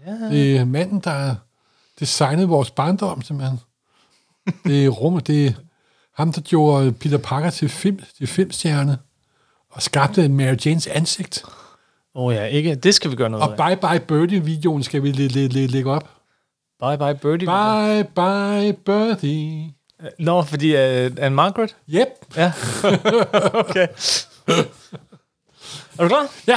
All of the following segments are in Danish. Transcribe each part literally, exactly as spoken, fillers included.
Ja. Det er manden, der har designet vores barndom, simpelthen. Det er rum, det er ham, der gjorde Peter Parker til, film, til filmstjerne, og skabte Mary Janes ansigt. Åh oh ja, ikke? Det skal vi gøre noget og af. Og Bye Bye Birdie-videoen skal vi lægge op. Bye Bye Birdie? Bye Bye Birdie. Nå, fordi uh, Anne Margaret? Yep. Ja. Okay. Er du klar? Ja.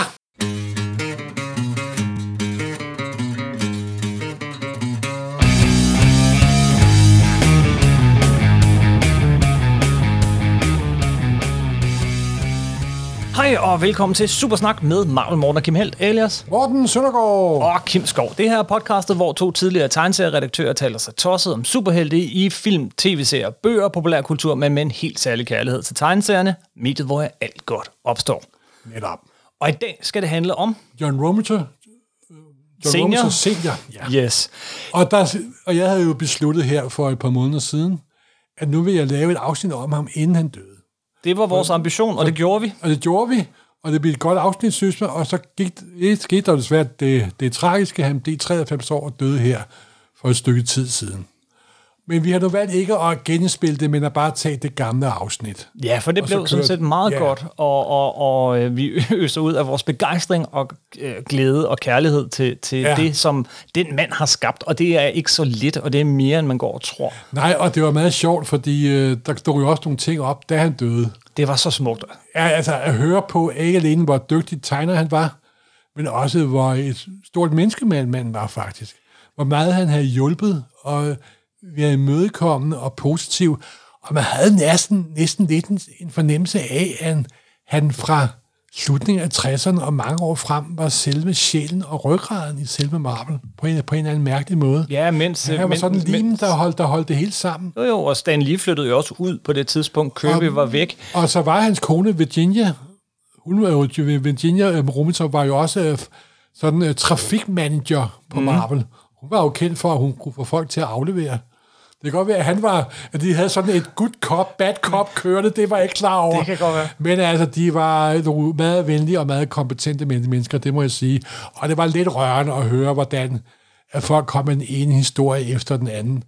Hej og velkommen til Supersnak med Marvel Morten og Kim Helt, alias Morten Søndergaard og Kim Skov. Det her er podcastet, hvor to tidligere tegneserieredaktører taler sig tosset om superhelte i film, tv-serier, bøger og populærkultur, men med en helt særlig kærlighed til tegneserierne, mediet, hvor alt godt opstår. Netop. Og i dag skal det handle om John Romita. John Senior. Romita Senior. Ja. Yes. Og, der, og jeg havde jo besluttet her for et par måneder siden, at nu vil jeg lave et afsnit om ham, inden han døde. Det var vores ambition, og det gjorde vi. Og det gjorde vi, og det blev et godt afsnit, synes jeg, og så gik det, skete der desværre det, det tragiske, han blev treoghalvfems år og døde her for et stykke tid siden. Men vi har nu valgt ikke at genspille det, men at bare tage det gamle afsnit. Ja, for det blev sådan set meget ja. godt, og, og, og øh, vi øser ud af vores begejstring og øh, glæde og kærlighed til, til ja. det, som den mand har skabt, og det er ikke så lidt, og det er mere, end man går og tror. Nej, og det var meget sjovt, fordi øh, der stod jo også nogle ting op, da han døde. Det var så smukt. Ja, altså at høre på, ikke alene hvor dygtig tegner han var, men også hvor et stort menneskemand var faktisk. Hvor meget han havde hjulpet, og været imødekommende og positiv, og man havde næsten, næsten lidt en, en fornemmelse af, at han fra slutningen af tresserne og mange år frem var selve sjælen og ryggraden i selve Marvel, på en, på en eller anden mærkelig måde. Ja, mens... Han var men, sådan en limen, der holdt, der holdt det hele sammen. Jo, jo, og Stan Lee flyttede jo også ud på det tidspunkt. Kirby og, var væk. Og så var hans kone Virginia, hun var jo, Virginia Romita var jo også sådan en trafikmanager på mm. Marvel. Hun var jo kendt for, at hun kunne få folk til at aflevere. Det kan godt være, at han var, at de havde sådan et good cop, bad cop kørende, det var jeg ikke klar over. Det kan godt være. Men altså, de var meget venlige og meget kompetente mennesker, det må jeg sige. Og det var lidt rørende at høre, hvordan at folk kom med en ene historie efter den anden.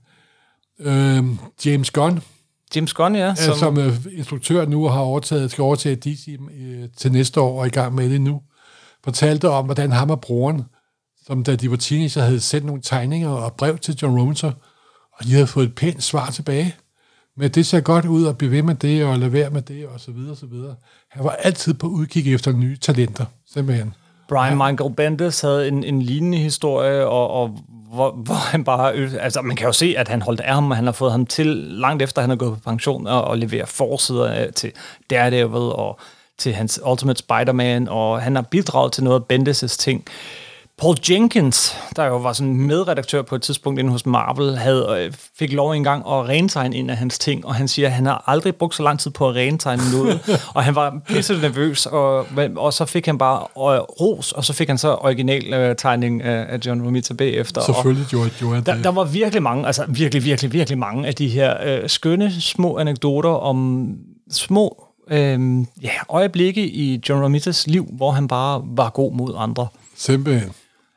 Øhm, James Gunn. James Gunn, ja. Som, som uh, instruktør nu har overtaget, skal overtage D C uh, til næste år og i gang med det nu, fortalte om, hvordan ham og broren, som da de var teenager, havde sendt nogle tegninger og brev til John Romita, og de havde fået et pænt svar tilbage. Men det ser godt ud at blive ved med det, og lade være med det, og så videre, så videre. Han var altid på udkig efter nye talenter, simpelthen. Brian ja. Michael Bendis havde en, en lignende historie, og, og hvor, hvor han bare... Altså, man kan jo se, at han holdt af ham, og han har fået ham til, langt efter han er gået på pension, og, og levere forsider til Daredevil, og til hans Ultimate Spider-Man, og han har bidraget til noget af Bendis' ting. Paul Jenkins, der jo var sådan medredaktør på et tidspunkt inde hos Marvel, havde, fik lov engang at rentegne en af hans ting, og han siger, at han har aldrig brugt så lang tid på at rentegne noget, og han var pisse nervøs, og, og så fik han bare ros, og så fik han så original tegning af John Romita bagefter. Selvfølgelig gjorde han der, der var virkelig mange, altså virkelig, virkelig, virkelig mange af de her øh, skønne, små anekdoter om små øh, ja, øjeblikke i John Romitas liv, hvor han bare var god mod andre. Simpelthen.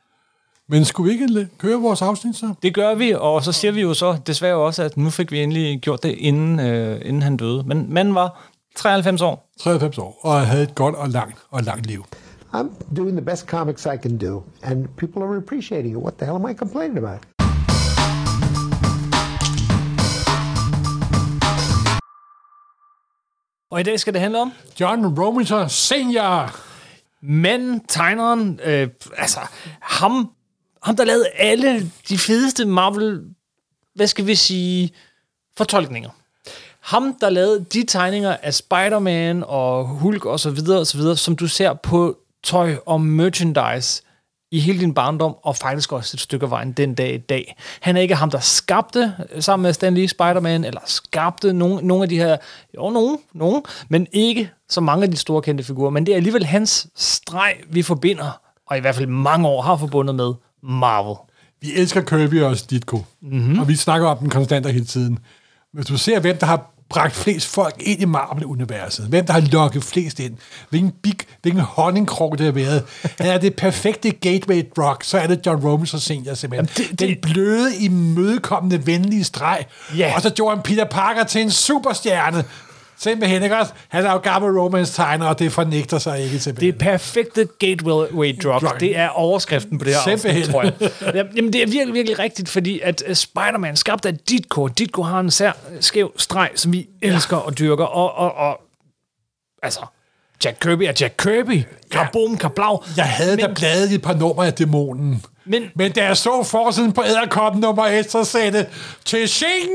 Men skulle vi ikke køre vores afsnit så? Det gør vi, og så siger vi jo så desværre også, at nu fik vi endelig gjort det, inden, øh, inden han døde. Men manden var treoghalvfems år. treoghalvfems år, og havde et godt og langt og langt liv. I'm doing the best comics I can do, and people are appreciating it. What the hell am I complaining about? Og i dag skal det handle om John Romita Senior. Men tegneren, øh, altså ham, ham der lavede alle de fedeste Marvel, hvad skal vi sige, fortolkninger. Ham der lavede de tegninger af Spider-Man og Hulk og så videre og så videre, som du ser på tøj og merchandise i hele din barndom, og faktisk også et stykke af vejen den dag i dag. Han er ikke ham, der skabte, sammen med Stan Lee, Spider-Man, eller skabte nogle, nogle af de her, jo, nogen, nogen, men ikke så mange af de store kendte figurer, men det er alligevel hans streg, vi forbinder, og i hvert fald mange år har forbundet med Marvel. Vi elsker Kirby og Ditko, mm-hmm. og vi snakker om den konstant hele tiden. Hvis du ser, hvem der har bragt flest folk ind i Marvel-universet? Hvem der har lukket flest ind? Hvilken, big, hvilken honningkrog det har været? Han er det perfekte gateway drug, så er det John Romita senior simpelthen. Jamen, det, det, Den bløde, imødekommende, venlige streg. Yeah. Og så gjorde han Peter Parker til en superstjerne. Simpelthen, ikke også? Han er jo gammel romance-tegner, og det fornægter sig ikke simpelthen. Det er perfekte gateway drug. drug. Det er overskriften på det her afsnit, tror jeg. Jamen, det er virkelig, virkelig rigtigt, fordi at uh, Spider-Man skabt af Ditko. Ditko har en sær skæv streg, som vi elsker og dyrker, og, og, og altså... Jack Kirby er Jack Kirby. Kabum, kablau. Jeg havde men, da bladet i et par numre af Dæmonen. Men, men da jeg så forsiden på Edderkoppen nummer et, så sagde det til shing!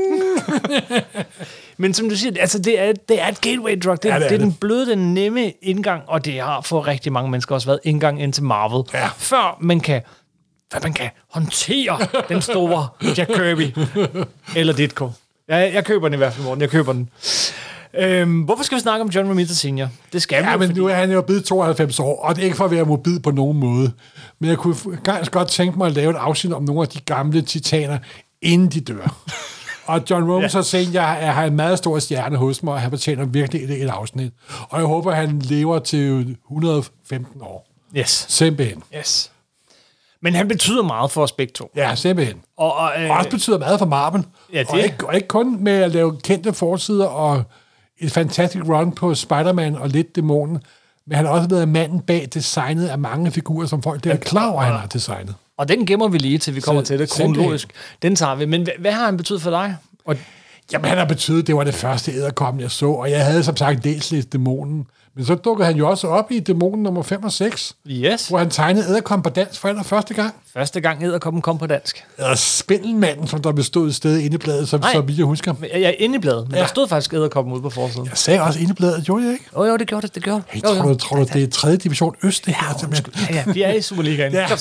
Men som du siger, altså det er, det er et gateway drug. Det, ja, det, er, det er den bløde, den nemme indgang, og det har for rigtig mange mennesker også været indgang ind til Marvel. Ja. Før man kan, før man kan håndtere den store Jack Kirby. Eller Ditko. Jeg, jeg køber den i hvert fald, Morten. Jeg køber den. Øhm, hvorfor skal vi snakke om John Romita senior? Det skal vi. Ja, men fordi... nu er han jo blevet tooghalvfems år, og det er ikke for at være mobil på nogen måde. Men jeg kunne ganske godt tænke mig at lave et afsnit om nogle af de gamle titaner, inden de dør. Og John Romita ja. senior har en meget stor stjerne hos mig, og han fortjener virkelig et, et afsnit. Og jeg håber, han lever til et hundrede og femten år. Yes. Simpelthen. Yes. Men han betyder meget for os begge to. Ja, simpelthen. Og, og, øh... og også betyder meget for Marvel. Ja, det... og, ikke, og ikke kun med at lave kendte forsider og et fantastisk run på Spider-Man og lidt Dæmonen, men han har også været manden bag designet af mange figurer, som folk der er klar over, han har designet. Og den gemmer vi lige, til vi kommer så, til det kronologisk. Den tager vi. Men hvad, hvad har han betydet for dig? Og... Jamen, han har betydet, det var det første edderkoppen, jeg så, og jeg havde som sagt læst lidt Dæmonen. Men så dukkede han jo også op i Dæmonen nummer fem og seks, yes. hvor han tegnede edderkoppen på dansk for aller første gang. Første gang edderkoppen kom på dansk. Eller Spindelmanden, som der bestod et sted inde i bladet, som, som jeg husker. Jeg er inde i bladet, men ja. Der stod faktisk edderkoppen ude på forsiden. Jeg sagde også inde i bladet, gjorde jeg ikke? Jo, jo, det gjorde det, det gjorde hey, tror, du, tror du, det er tredje division øst, det her? Ja, ja, vi er i Superligaen. Ja.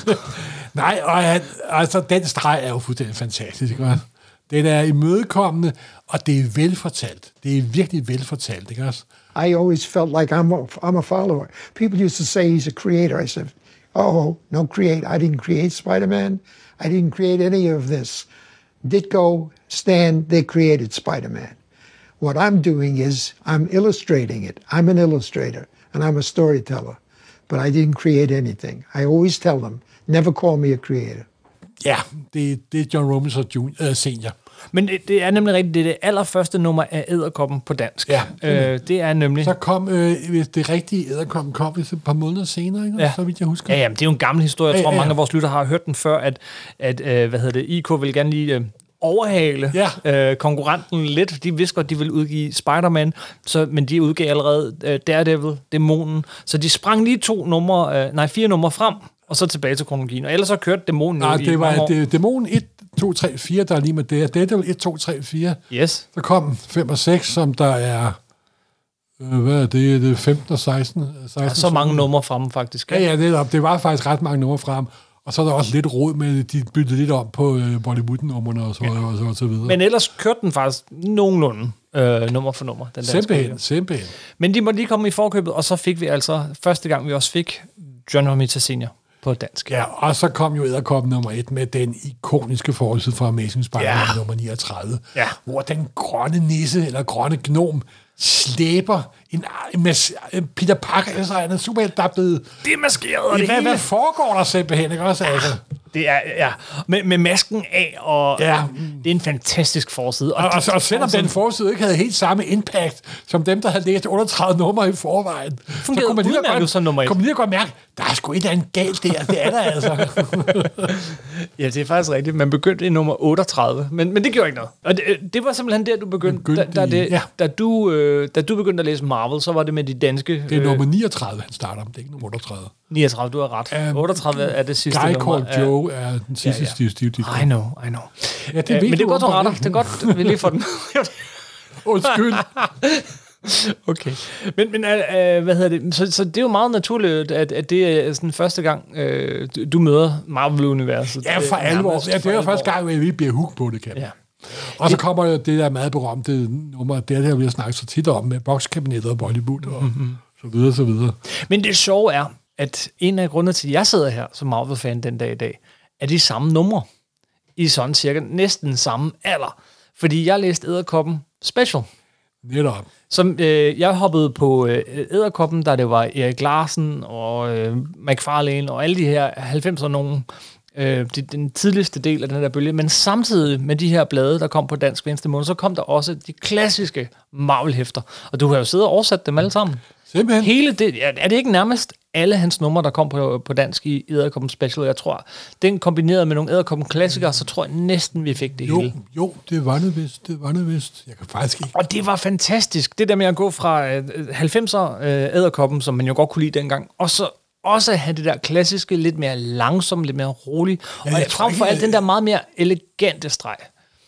Nej, og han, altså, den streg er jo fuldstændig fantastisk, ikke? Den er imødekommende, og det er velfortalt. Det er virkelig velfortalt, ikke også? I always felt like I'm a, I'm a follower. People used to say he's a creator. I said, oh, no create. I didn't create Spider-Man. I didn't create any of this. Ditko, Stan, they created Spider-Man. What I'm doing is I'm illustrating it. I'm an illustrator, and I'm a storyteller. But I didn't create anything. I always tell them, never call me a creator. Ja, det, det er John Romita junior, øh, senior. Men det, det er nemlig rigtigt, det er det allerførste nummer af Edderkoppen på dansk. Ja. Øh, det er nemlig... Så kom øh, det rigtige Edderkoppen kom et par måneder senere, ikke? Ja. Så vidt jeg husker. Ja, ja, det er jo en gammel historie. Jeg tror, ja, ja. mange af vores lytter har hørt den før, at, at øh, hvad hedder det, I K vil gerne lige... Øh, overhale ja. øh, konkurrenten lidt. De vidste godt, de ville udgive Spider-Man, så, men de udgav allerede øh, Daredevil, Dæmonen. Så de sprang lige to numre, øh, nej, fire numre frem, og så tilbage til kronologien. Og ellers så kørte Dæmonen nej, jo det i var det, Dæmonen et, to, tre, fire, der er lige med det. Daredevil et, to, tre, fire. Yes. Så kom fem og seks, som der er... Øh, hvad er det? Det er femten og seksten. seksten ja, så mange numre frem, faktisk. Ja, ja, det, det var faktisk ret mange numre frem. Og så er der også lidt rod med, de byttede lidt om på øh, Bollywood-nummerne og så, ja. og, så, og så videre. Men ellers kørte den faktisk nogenlunde øh, nummer for nummer. Den simpelthen, simpelthen. Men de måtte lige komme i forkøbet, og så fik vi altså, første gang vi også fik John Romita senior på dansk. Ja, og så kom jo Edderkoppen nummer et med den ikoniske forside fra Amazing Spider-Man ja. nummer niogtredive, ja. hvor den grønne nisse, eller grønne gnom, slæber en, en Peter Parker, altså en superhelt, der er blevet... Det er maskeret, det hvad, hvad foregår der simpelthen, ikke også? Altså? Det er, ja, med, med masken af, og ja. det er en fantastisk forside. Og, og, og, og selvom den forside ikke havde helt samme impact, som dem, der havde læst otteogtredive numre i forvejen, så kunne man lige godt, som nummer et. Kunne man lige godt mærke, der er sgu et eller andet galt der, det er der altså. Ja, det er faktisk rigtigt. Man begyndte i nummer otteogtredive, men, men det gjorde ikke noget. Og det, det var simpelthen der, du begyndte, begyndte da, da, det, ja. da, du, øh, da du begyndte at læse Marvel, så var det med de danske... Det er nummer niogtredive, han starter om, det er ikke nummer otteogtredive. niogtredive, du har ret. Um, otteogtredive er det sidste Guy nummer. Guy Called Joe er den sidste ja, ja. Steve Steve. I know, I know. Ja, det uh, men det er godt, du retter. Det er godt, vi lige får den. Undskyld. Okay. Men, men uh, hvad hedder det? Så, så det er jo meget naturligt, at, at det er sådan første gang, uh, du møder Marvel-universet. Ja, for alvor. Ja, det er jo første gang, at vi bliver hooked på det, kan ja. Og så kommer jo det der meget berømte nummer, det der, vi har snakket så tit om, med bokskabinettet og Bollywood og mm-hmm. så videre, så videre. Men det sjove er, at en af grundene til, at jeg sidder her som Marvel-fan den dag i dag, er de samme numre. I sådan cirka næsten samme alder. Fordi jeg læste Edderkoppen Special. Netop. Som, øh, jeg hoppede på øh, Edderkoppen, da det var Erik Larsen og øh, McFarlane og alle de her halvfemser nogen, øh, de, den tidligste del af den der bølge, men samtidig med de her blade, der kom på dansk hver eneste måned, så kom der også de klassiske Marvel-hæfter, og du har jo siddet og oversat dem alle sammen. Simpelthen. Hele det, er det ikke nærmest alle hans numre, der kom på, på dansk i Edderkoppen Special? Jeg tror, den kombineret med nogle Edderkoppen klassikere, så tror jeg næsten, vi fik det jo, hele. Jo, det var det vist. Det var det vist. Jeg kan faktisk ikke. Og det var fantastisk. Det der med at gå fra øh, halvfemser øh, Edderkoppen, som man jo godt kunne lide dengang, og så også have det der klassiske, lidt mere langsomt, lidt mere roligt, Ja, og jeg tror frem for ikke, alt den der meget mere elegante streg.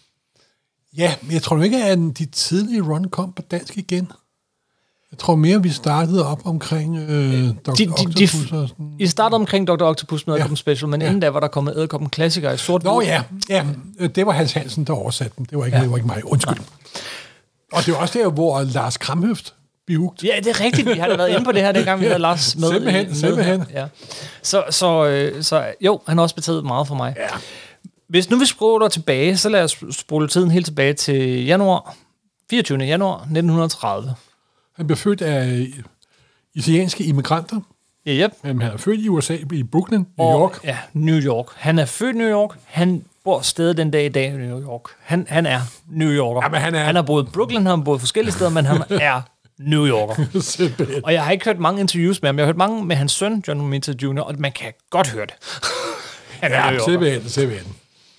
Ja, men jeg tror ikke, at de tidlige run kom på dansk igen. Jeg tror mere, vi startede op omkring øh, doktor De, de, Octopus de, og sådan. I startede omkring doktor Octopus med Edderkoppen Ja. Special, men Ja. inden da var der kommet Edderkoppen klassikere i sort. Nå ja, ja, det var Hans Hansen, der oversatte den. Det var ikke, Ja. det var ikke mig. Undskyld. Nej. Og det var også der, hvor Lars Kramhøft blev hugt. Ja, det er rigtigt. Vi har da været inde på det her, dengang vi havde Lars med. Simpelthen, med simpelthen. Her. Ja. Så, så, øh, så jo, han har også betydet meget for mig. Ja. Hvis nu vi spoler tilbage, så lad os spole tiden helt tilbage til januar, fireogtyvende januar nitten tredive. Han blev født af italienske immigranter. Ja, yep. Han er født i U S A, i Brooklyn, New York. Og, ja, New York. Han er født i New York. Han bor stadig den dag i dag i New York. Han, han er New Yorker. Ja, men han er- han har boet i Brooklyn, han har boet forskellige steder, men han er New Yorker. Simpelthen. Og jeg har ikke hørt mange interviews med ham. Jeg har hørt mange med hans søn, John Romita junior, og man kan godt høre det. Han er New Ja, Yorker. simpelthen, simpelthen.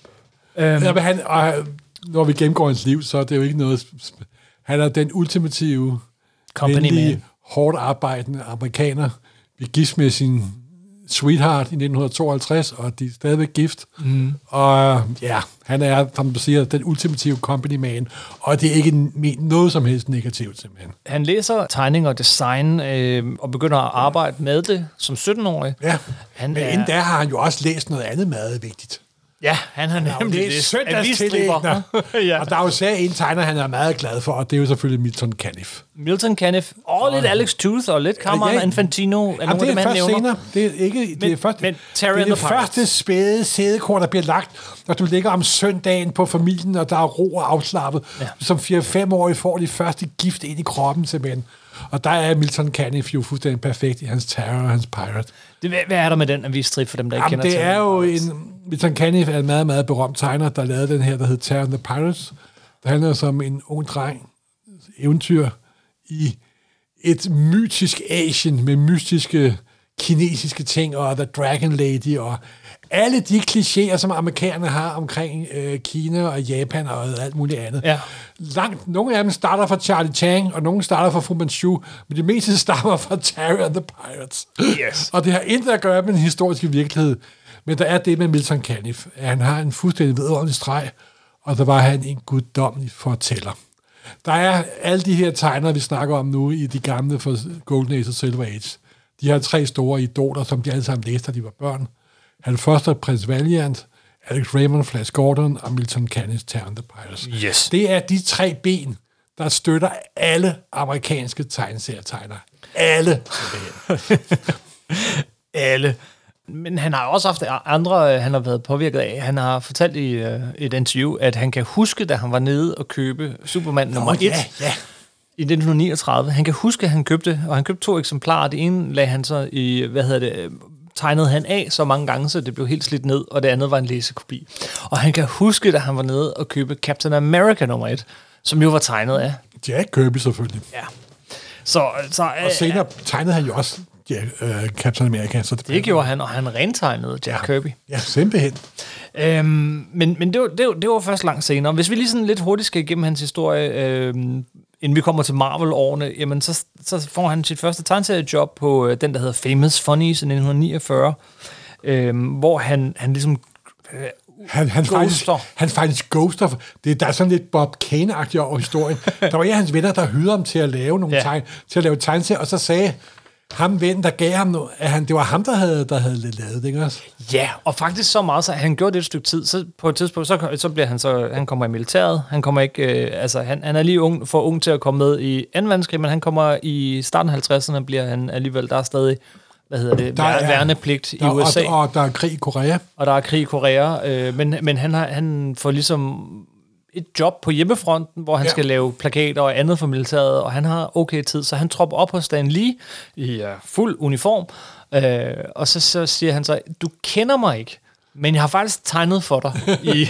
Øhm, Ja, men han, og, når vi gennemgår hans liv, så er det jo ikke noget... Han er den ultimative, Company venlige, man. hårdt arbejdende amerikaner. Vi er gift med sin sweetheart i nitten tooghalvtreds, og de er stadigvæk gift. Mm. Og ja, han er, som du siger, den ultimative company man, og det er ikke ment noget som helst negativt, simpelthen. Han læser tegning og design, øh, og begynder at arbejde med det som sytten-årig. Ja, Han men er- inden da har han jo også læst noget andet meget vigtigt. Ja, han har nemlig Det er søndagstillægner. ja. Og der er jo særlig en tegner, han er meget glad for, og det er jo selvfølgelig Milton Caniff. Milton Caniff, og lidt Alex Tooth, og lidt Carmine Ja, ja. Infantino, er Jamen, nogle det af er dem, han først nævner. senere. Det er ikke det Men- er først, men Terry det er and det the Pirates. første spæde sædekort, der bliver lagt, når du ligger om søndagen på familien, og der er ro og afslappet. Ja. Som fire-fem-årige får de første gift ind i kroppen, simpelthen. Og der er Milton Caniff jo fuldstændig perfekt i hans Terror og hans Pirate. Det, hvad, hvad er der med den avisstrip for dem, der ikke Jamen, kender det til er den? jo en... Milton Caniff er en meget, meget berømt tegner, der lavede den her, der hedder Terror and the Pirates. Der handler som en ung dreng eventyr i et mytisk Asien med mystiske kinesiske ting, og The Dragon Lady, og alle de klichéer, som amerikanerne har omkring øh, Kina og Japan og alt muligt andet. Ja. Langt, nogle af dem starter fra Charlie Chang, og nogle starter fra Fu Manchu, men det meste stammer fra Terror and the Pirates. Yes. Og det har intet at gøre med den historiske virkelighed, men der er det med Milton Caniff, at han har en fuldstændig vidunderlig streg, og der var han en guddommelig fortæller. Der er alle de her tegnere, vi snakker om nu, i de gamle for Golden Age og Silver Age. De har tre store idoler, som de alle sammen læste, da de var børn. Han første er Prins Valiant, Alex Raymond, Flash Gordon og Milton Caniff, Terror and the Pirates. Yes. Det er de tre ben, der støtter alle amerikanske tegneserietegnere. Alle. Alle. Men han har også haft andre, øh, han har været påvirket af. Han har fortalt i øh, et interview, at han kan huske, da han var nede og købe Superman nummer et. ja, ja. I nitten niogtredive. Han kan huske, at han købte, og han købte to eksemplarer. Det ene lagde han så i, hvad hedder det, øh, tegnede han af så mange gange, så det blev helt slidt ned, og det andet var en læsekopi. Og han kan huske, da han var nede og købe Captain America nummer et, som jo var tegnet af. Jack Kirby selvfølgelig. Ja. Så, så Og senere tegnede han jo også ja, uh, Captain America. Så det, det gjorde han, og han rentegnede Jack ja. Kirby. Ja, simpelthen. Øhm, men men det, var, det, var, det var først langt senere. Hvis vi lige sådan lidt hurtigt skal igennem hans historie, øhm, inden vi kommer til Marvel-årene, jamen så, så får han sit første tegneseriejob på øh, den, der hedder Famous Funnies i nitten niogfyrre, øhm, hvor han, han ligesom... Øh, Han, han, faktisk, Ghoster. han faktisk ghoster. Det, der er sådan lidt Bob Kane-agtigt over historien. Der var en af hans venner, der hyrede ham til at lave nogle Ja. tegn, til at lave tegneserier, og så sagde ham ven, der gav ham noget, at han, det var ham, der havde, der havde lavet det, ikke også? Ja, og faktisk så meget, så han gjorde det et stykke tid, så på et tidspunkt, så, så bliver han så, han kommer i militæret, han kommer ikke, øh, altså han, han er lige ung, for ung til at komme med i anden verdenskrig, men han kommer i starten af halvtredserne, bliver han alligevel, der er stadig, hvad hedder det, Der er- værnepligt i Der, U S A. og, og der er krig i Korea. Og der er krig i Korea, øh, men, men han, har, han får ligesom et job på hjemmefronten, hvor han Ja. skal lave plakater og andet for militæret, og han har okay tid, så han tropper op hos Stan Lee i uh, fuld uniform, øh, og så, så siger han så, du kender mig ikke, men jeg har faktisk tegnet for dig i,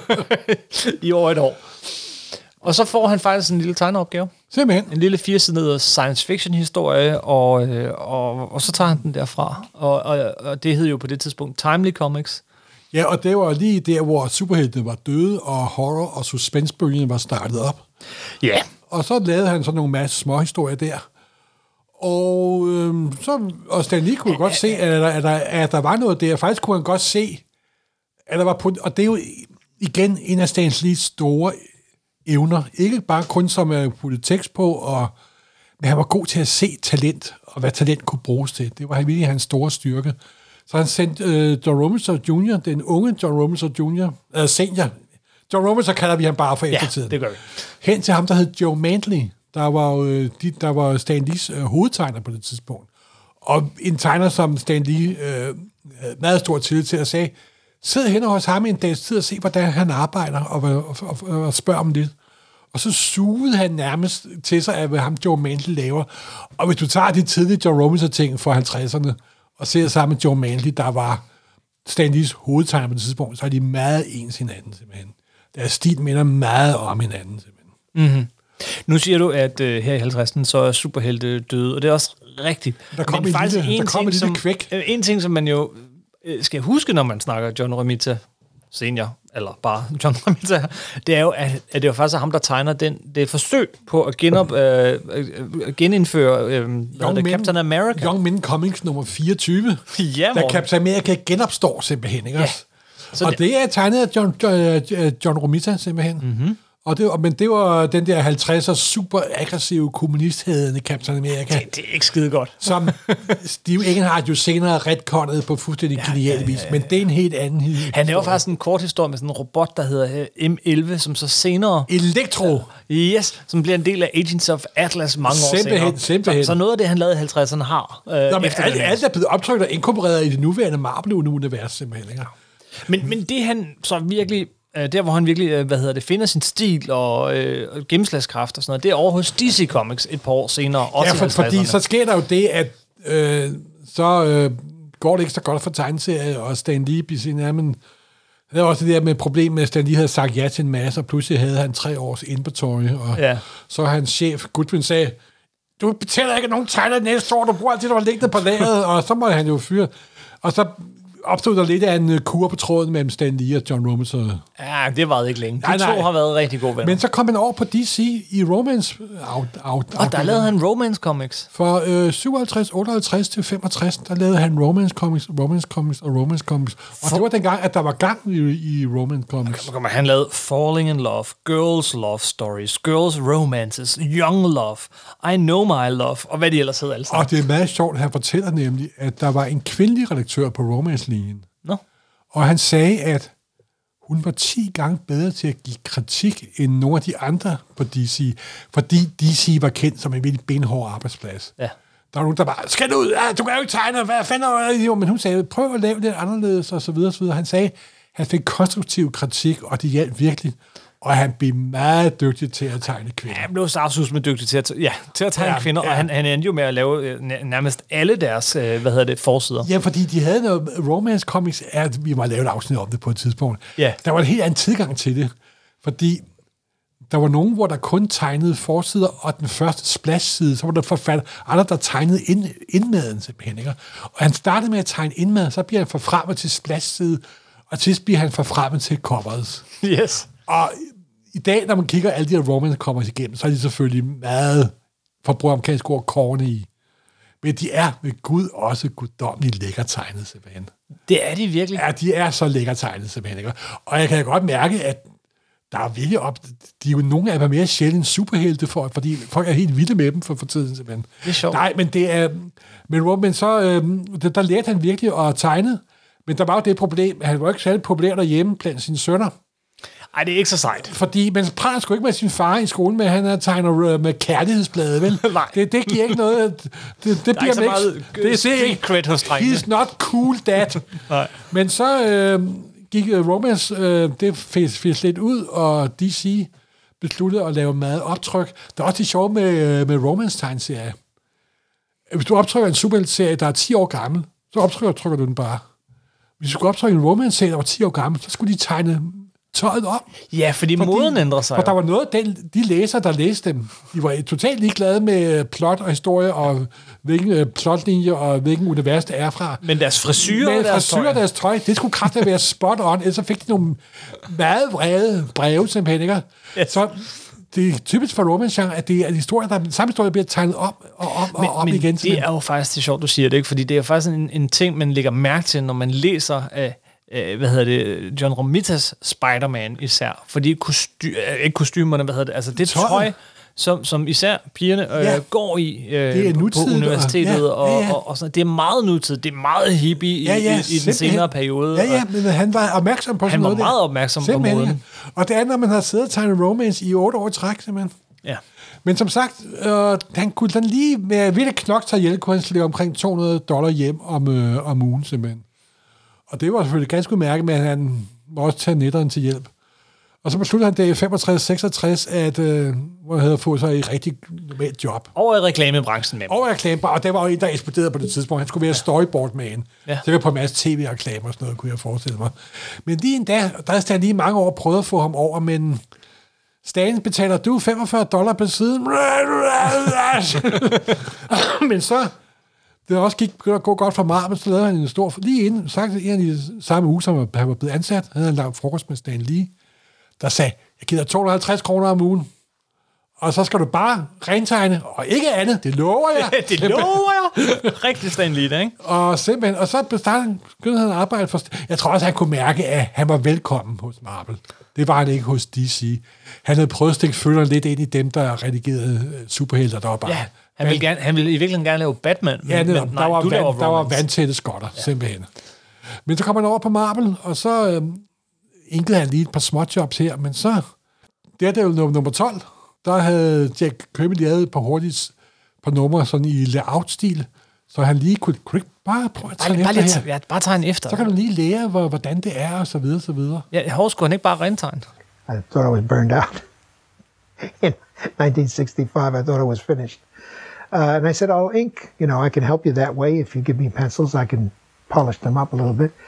i over et år. Og så får han faktisk en lille tegneopgave. Simpelthen. En lille firesidede science fiction historie, og, øh, og, og så tager han den derfra. Og, og, og det hed jo på det tidspunkt Timely Comics. Ja, og det var lige der, hvor superheltene var døde, og horror- og suspensbølgen var startet op. Ja. Yeah. Og så lavede han så nogle masse små historier der. Og, øhm, så, og Stan Lee kunne godt se, at der, at, der, at der var noget der. Faktisk kunne han godt se, at der var... Og det er jo igen en af Stan Lees store evner. Ikke bare kun som at putte tekst på, og, men han var god til at se talent, og hvad talent kunne bruges til. Det var virkelig hans store styrke. Så han sendte øh, John Robinson junior, den unge John Robinson junior, øh, senior. John Robinson kalder vi ham bare for eftertiden. Ja, det gør vi. Hen til ham, der hed Joe Mantley, der var, øh, de, der var Stan Lees øh, hovedtegner på det tidspunkt. Og en tegner, som Stan Lee øh, havde meget stor tillid til, og sagde, sid hen hos ham en dags tid og se, hvordan han arbejder, og, og, og, og, og spørg om lidt. Og så sugede han nærmest til sig af, hvad ham Joe Mantley laver. Og hvis du tager de tidlige John Robinson-ting fra halvtredserne, og ser sammen med Joe Mantley, der var Stan Lees hovedtegner på det tidspunkt, så er de meget ens hinanden, simpelthen. Deres stil minder meget om hinanden, simpelthen. Mm-hmm. Nu siger du, at uh, her i halvtredserne, så er superhelte døde, og det er også rigtigt. Der kom Men en faktisk lille, en der kom ting, en lille som, kvæk. øh, en ting, som man jo øh, skal huske, når man snakker John Romita senior, eller bare John Romita, det er jo, at, at det er faktisk ham, der tegner den, det er forsøg på at genop, øh, øh, genindføre øh, hvad det, Men, Captain America. Young Men Comics nummer fireogtyve, Ja, da Morten. Captain America genopstår simpelthen, ikke Ja. også? Så Og det- det er tegnet af John, John, John Romita, simpelthen. Mm-hmm. Og det, men det var den der halvtredsers super aggressive kommunisthedende Captain America, Det, det er ikke skide godt. som Steve Englehart jo senere retconnet på fuldstændig ja, genial vis, ja, ja, ja. Men det er en helt anden historie. Han laver faktisk en kort historie med sådan en robot, der hedder øh, M elleve, som så senere... Elektro. Yes, som bliver en del af Agents of Atlas mange år Simpelthen, senere. simpelthen. Så, så noget af det, han lavede i halvtredserne, har øh, Nå, men efter alt, den her. alt er blevet optrykt og inkorporeret i det nuværende Marvel-univers, simpelthen. Ikke? Men, men det han så virkelig, øh, der hvor han virkelig, øh, hvad hedder det, finder sin stil og øh, gennemslagskraft og sådan noget, det er over hos D C Comics et par år senere, også Ja, i for, fordi halvtredserne. så sker der jo det, at øh, så øh, går det ikke så godt for tegneserier, og Stan Lee bliver sin, ja, men det er også det der med problem med, at Stan Lee havde sagt ja til en masse, og pludselig havde han tre års inventory, og Ja. så hans chef, Goodwin, sagde, du betaler ikke nogen tegner næste år, du bruger alt det, der var liggende på lageret, og så må han jo fyre. Og så opstod der lidt af en kur på tråden mellem Stan Lee og John Romita. Ja, det varede ikke længe. De Nej, nej. to har været rigtig gode venner. Men så kom han over på D C i Romance out, out, Og der lavede han Romance Comics. For øh, syvoghalvtreds, otteoghalvtreds til femogtres, der lavede han Romance Comics, Romance Comics og Romance Comics. Og For... det var dengang, at der var gang i, i Romance Comics. Så kommer han lavede Falling in Love, Girls Love Stories, Girls Romances, Young Love, I Know My Love, og hvad de ellers hedder alle sammen. Og det er meget sjovt, han fortæller nemlig, at der var en kvindelig redaktør på Romance-linjen. Nå. Og han sagde, at hun var ti gange bedre til at give kritik end nogle af de andre på D C, fordi D C var kendt som en virkelig benhård arbejdsplads. Ja. Der var nogen, der bare, skal du ud, ja, du kan jo ikke tegne, hvad fanden er det? Men hun sagde, prøv at lave det anderledes, og så videre, og så videre. Han sagde, han fik konstruktiv kritik, og det hjalp virkelig. Og han blev meget dygtig til at tegne kvinder. Han blev saftsus med dygtig til at, ja, til at tegne Ja, ja, kvinder, ja. og han, han endte jo med at lave øh, nærmest alle deres, øh, hvad hedder det, forsider. Ja, fordi de havde noget romance comics, at vi var lavet et afsnit om det på et tidspunkt. Ja. Der var en helt anden tilgang til det, fordi der var nogen, hvor der kun tegnede forsider, og den første splash-side, så var der forfatter, andre, der tegnede ind, indmaden simpelthen. Ikke? Og han startede med at tegne indmad, så bliver han forfremmet til splash-side, og til bliver han forfremmet til covers. Yes. Og i dag, når man kigger alle de her romance covers igennem, så er de selvfølgelig meget, for at bruge amerikansk ord, corny i. Men de er ved Gud også guddommeligt lækker tegnet, simpelthen. Det er de virkelig. Ja, de er så lækker tegnet, simpelthen. Ikke? Og jeg kan godt mærke, at der er virkelig op... De er jo nogle af dem mere sjældent end superhelte, for, fordi folk er helt vilde med dem for, for tiden, simpelthen. Det er sjovt. Nej, men det er... Men, men så... Øh, der, der lærte han virkelig at tegne, men der var jo det problem, at han var ikke særlig populær derhjemme blandt sine sønner. Ej, det er ikke så sejt. Fordi man prater sgu ikke med sin far i skolen, med at han tegner med kærlighedsblade, vel? Nej. Det, det giver ikke noget... Det, det Der er bliver ikke så man meget det, det er ikke credit hos drengene. He's not cool, dad. Nej. Men så øh, gik uh, Romance, uh, det fik lidt ud, og D C besluttede at lave meget optryk. Der er også det sjove med, uh, med Romance-tegneserie. Hvis du optrykker en superheltserie, der er ti år gammel, så optrykker, optrykker du den bare. Hvis du skulle optrykke en Romance-serie, der var ti år gammel, så skulle de tegne tøjet om. Ja, fordi, fordi moden ændrer sig. For der var noget af den, de læsere, der læste dem, de var totalt ligeglade med plot og historie, og hvilken uh, plotlinje og hvilken univers det er fra. Men deres frisyrer og deres tøj. deres tøj, det skulle kraftigt være spot on, ellers så fik de nogle meget vrede breve, simpelthen, ikke? Yes. Så det er typisk for romance-genre, at det er en historie, der samme historie bliver tegnet op og op og men, op men igen. Men det er jo faktisk det sjovt, du siger det, ikke? Fordi det er faktisk en, en ting, man lægger mærke til, når man læser af øh, hvad hedder det, John Romitas Spider-Man især. Fordi kostyr, øh, ikke kostymerne, hvad hedder det, altså det tøj, tøj som, som især pigerne øh, ja. går i øh, det er på, på universitetet, og, ja, ja, ja. Og, og sådan. Det er meget nutid, det er meget hippie ja, ja, i, i den senere periode. Ja, ja, men han var opmærksom på sådan noget. Han var meget opmærksom simpelthen, på moden. Ja. Og det er, når man har siddet og tegnet romance i otte år i træk, simpelthen. Ja. Men som sagt, øh, han kunne sådan lige med vildt knok til hjælp, kunne han slæve omkring to hundrede dollar hjem om, øh, om ugen, simpelthen. Og det var selvfølgelig ganske udmærket, men han må også tage netteren til hjælp. Og så besluttede han det i femogtres seksogtres, at øh, hvor han havde fået sig et rigtig normalt job. Over i reklamebranchen med. Over i reklamebranchen, og det var jo en, der eksploderede på det tidspunkt. Han skulle være storyboard-man. Ja. Så var på en masse tv-reklamer og sådan noget, kunne jeg forestille mig. Men lige en dag, der havde Stan lige mange år prøvet at få ham over, men Stan betaler du femogfyrre dollar på siden. Men så det også gik begyndte at gå godt for Marvel, så lavede han en stor, lige inden, sagt en i samme uge, som han var blevet ansat, han havde en lang frokost med Stan Lee, der sagde, jeg giver to hundrede og halvtreds kroner om ugen, og så skal du bare rentegne, og ikke andet, det lover jeg. Det lover jeg. Rigtig Stan Lee, det, ikke? Og simpelthen, og så begyndte han at arbejde for, jeg tror også, han kunne mærke, at han var velkommen hos Marvel. Det var han ikke hos D C. Han havde prøvet at stikke følgerne lidt ind i dem, der redigerede superhelter, der var bare... Ja. Han ville, gerne, han ville i virkeligheden gerne lave Batman. Ja, men, men, nej, der, var vand, der var vandtætte skotter, ja. Simpelthen. Men så kom han over på Marvel, og så øh, inkede han lige et par småjobs her, men så, der er det jo nummer tolv, der havde Jack Kirby lavet på hurtigt på numre sådan i layout-stil, så han lige kunne, kunne bare prøve at tage bare, efter bare her. Ja, bare tegne efter. Så kan du lige lære, hvor, hvordan det er, og så videre, så videre. Ja, hvor skulle han ikke bare rentegne? I thought I was burned out. In nineteen sixty-five, I thought I was finished. Uh, and I said, oh, ink, you know, I can help you that way. If you give me pencils, I can polish them up a little bit.